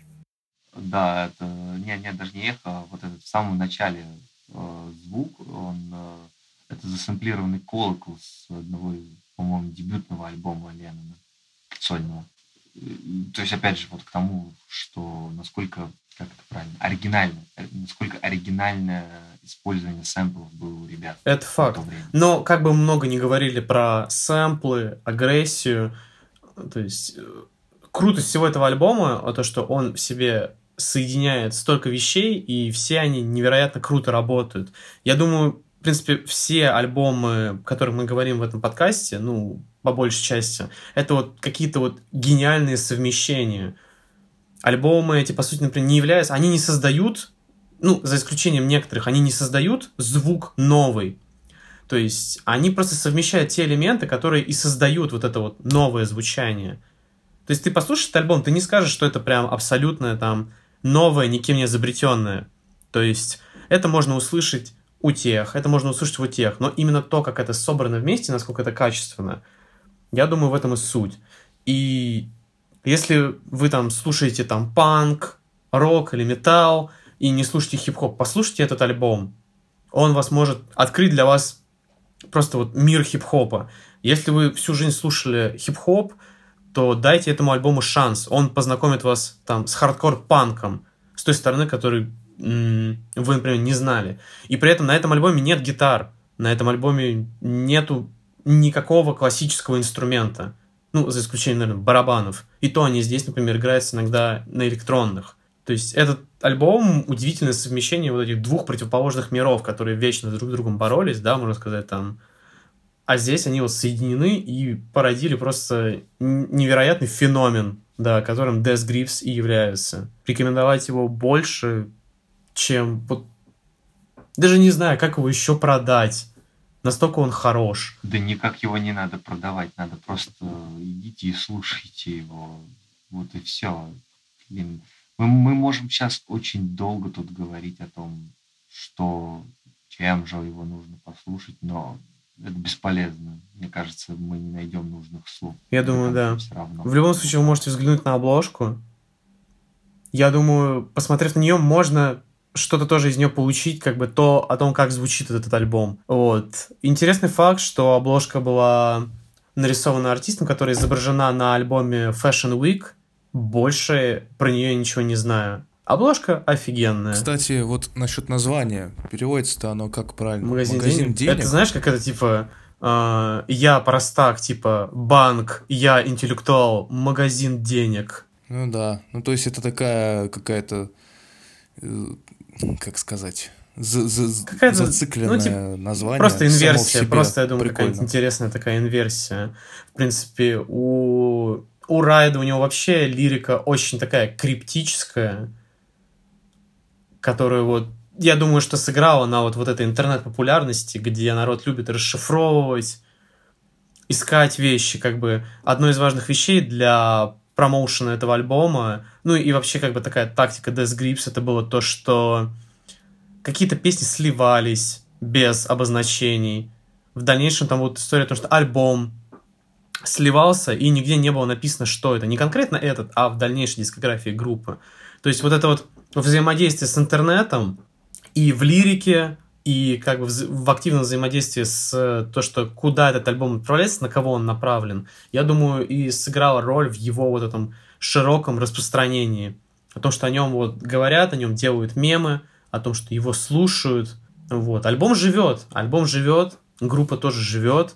Speaker 3: Да, это не, не, даже не эхо, а вот этот в самом начале э, звук, он э, это засэмплированный колокол с одного, из, по-моему, дебютного альбома Леннона, сольного. И, то есть, опять же, вот к тому, что насколько, как это правильно, оригинально, э, насколько оригинальное использование сэмплов было у ребят.
Speaker 1: Это
Speaker 3: в
Speaker 1: факт.
Speaker 3: то время.
Speaker 1: Но как бы много не говорили про сэмплы, агрессию, то есть э, крутость всего этого альбома, а то, что он в себе соединяет столько вещей, и все они невероятно круто работают. Я думаю, в принципе, все альбомы, о которых мы говорим в этом подкасте, ну, по большей части, это вот какие-то вот гениальные совмещения. Альбомы эти, по сути, например, не являются... Они не создают, ну, за исключением некоторых, они не создают звук новый. То есть они просто совмещают те элементы, которые и создают вот это вот новое звучание. То есть ты послушаешь этот альбом, ты не скажешь, что это прям абсолютное там новое, никем не изобретенное. То есть это можно услышать у тех, это можно услышать у тех, но именно то, как это собрано вместе, насколько это качественно, я думаю, в этом и суть. И если вы там слушаете там панк, рок или металл и не слушаете хип-хоп, послушайте этот альбом. Он вас может открыть для вас просто вот мир хип-хопа. Если вы всю жизнь слушали хип-хоп, то дайте этому альбому шанс. Он познакомит вас там с хардкор-панком, с той стороны, которую м- вы, например, не знали. И при этом на этом альбоме нет гитар, на этом альбоме нету никакого классического инструмента. Ну, за исключением, наверное, барабанов. И то они здесь, например, играются иногда на электронных. То есть этот альбом — удивительное совмещение вот этих двух противоположных миров, которые вечно друг с другом боролись, да, можно сказать, там. А здесь они вот соединены и породили просто невероятный феномен, да, которым Death Grips и является. Рекомендовать его больше, чем... Вот, даже не знаю, как его еще продать. Настолько он хорош.
Speaker 3: Да никак его не надо продавать, надо просто идите и слушайте его. Вот и все. Блин. Мы, мы можем сейчас очень долго тут говорить о том, что чем же его нужно послушать, но это бесполезно. Мне кажется, мы не найдем нужных слов.
Speaker 1: Я думаю, да.
Speaker 3: Все равно.
Speaker 1: В любом случае, вы можете взглянуть на обложку. Я думаю, посмотрев на нее, можно что-то тоже из нее получить, как бы то, о том, как звучит этот альбом. Вот. Интересный факт, что обложка была нарисована артистом, которая изображена на альбоме Fashion Week. Больше про нее ничего не знаю. Обложка офигенная.
Speaker 2: Кстати, вот насчет названия. Переводится-то оно как правильно?
Speaker 1: Магазин,
Speaker 2: Магазин
Speaker 1: денег?
Speaker 2: денег?
Speaker 1: Это знаешь, как это типа э, я простак, типа банк, я интеллектуал, магазин денег.
Speaker 2: Ну да. Ну то есть это такая какая-то, э, как сказать, за- за-
Speaker 1: Какая-то,
Speaker 2: зацикленное
Speaker 1: ну, типа,
Speaker 2: название.
Speaker 1: Просто
Speaker 2: само в
Speaker 1: инверсия,
Speaker 2: себе.
Speaker 1: просто, я думаю,
Speaker 2: Прикольно.
Speaker 1: какая-нибудь интересная такая инверсия. В принципе, у, у Райда, у него вообще лирика очень такая криптическая, которая вот, я думаю, что сыграла на вот, вот этой интернет-популярности, где народ любит расшифровывать, искать вещи, как бы. Одной из важных вещей для промоушена этого альбома, ну и вообще как бы такая тактика Death Grips, это было то, что какие-то песни сливались без обозначений. В дальнейшем там вот история о том, что альбом сливался, и нигде не было написано, что это. Не конкретно этот, а в дальнейшей дискографии группы. То есть вот это вот взаимодействие с интернетом и в лирике, и как бы в, в активном взаимодействии с то, что куда этот альбом отправляется, на кого он направлен, я думаю, и сыграла роль в его вот этом широком распространении. О том, что о нем вот говорят, о нем делают мемы, о том, что его слушают. Вот. Альбом живет, альбом живет, группа тоже живет.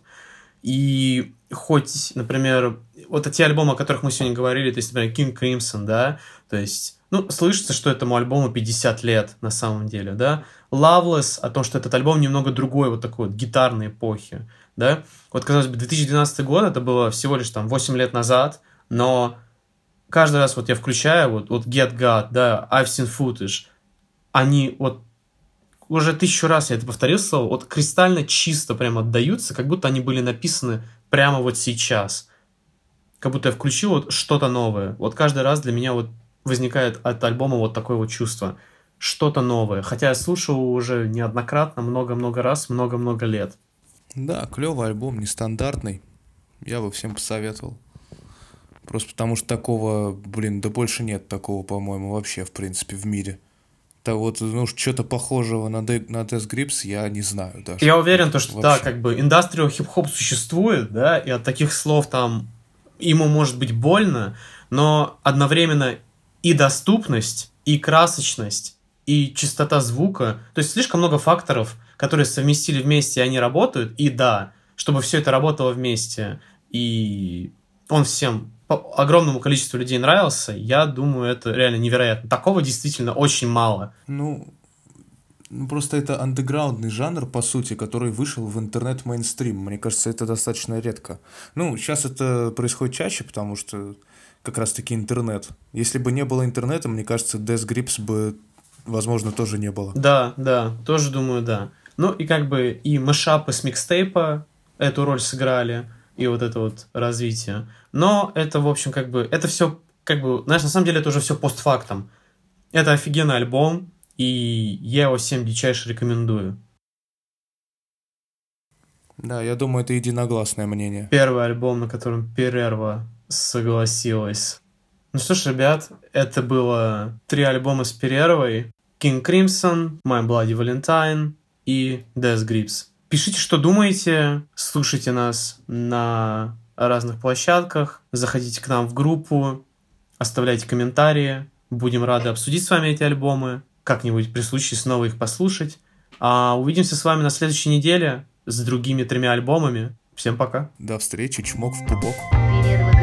Speaker 1: И хоть, например, вот те альбомы, о которых мы сегодня говорили, то есть, например, King Crimson, да, то есть, ну, слышится, что этому альбому пятьдесят лет на самом деле, да. Loveless, о том, что этот альбом немного другой, вот такой вот гитарной эпохи, да. Вот, казалось бы, две тысячи двенадцатый год, это было всего лишь там восемь лет назад, но каждый раз вот я включаю, вот, вот Get God, да, I've Seen Footage, они вот уже тысячу раз я это повторил слово, вот кристально чисто прям отдаются, как будто они были написаны прямо вот сейчас. Как будто я включил вот что-то новое. Вот каждый раз для меня вот возникает от альбома вот такое вот чувство. Что-то новое. Хотя я слушал уже неоднократно, много-много раз, много-много лет.
Speaker 2: Да, клевый альбом, нестандартный. Я бы всем посоветовал. Просто потому что такого, блин, да больше нет такого, по-моему, вообще, в принципе, в мире. Да вот, ну, что-то похожего на, Де- на Death Grips я не знаю даже.
Speaker 1: Я уверен, то, что да,
Speaker 2: Вообще.
Speaker 1: как бы индастриал хип-хоп существует, да, и от таких слов там ему может быть больно, но одновременно и доступность, и красочность, и чистота звука, то есть слишком много факторов, которые совместили вместе, и они работают, и да, чтобы все это работало вместе, и он всем, по- огромному количеству людей нравился, я думаю, это реально невероятно. Такого действительно очень мало.
Speaker 2: Ну, ну, просто это андеграундный жанр, по сути, который вышел в интернет-мейнстрим. Мне кажется, это достаточно редко. Ну, сейчас это происходит чаще, потому что как раз-таки интернет. Если бы не было интернета, мне кажется, Death Grips бы, возможно, тоже не было.
Speaker 1: Да, да, тоже думаю, да. Ну и как бы и мэшапы с микстейпа эту роль сыграли, и вот это вот развитие. Но это, в общем, как бы, это все, как бы, знаешь, на самом деле это уже все постфактом. Это офигенный альбом, и я его всем дичайше рекомендую.
Speaker 2: Да, я думаю, это единогласное мнение.
Speaker 1: Первый альбом, на котором Перерва согласилась Ну что ж, ребят, это было три альбома с перервой. King Crimson, My Bloody Valentine и Death Grips. Пишите, что думаете, слушайте нас на разных площадках, заходите к нам в группу, оставляйте комментарии. Будем рады обсудить с вами эти альбомы, как-нибудь при случае снова их послушать. А увидимся с вами на следующей неделе с другими тремя альбомами. Всем пока.
Speaker 2: До встречи, чмок в пупок.
Speaker 4: Перерва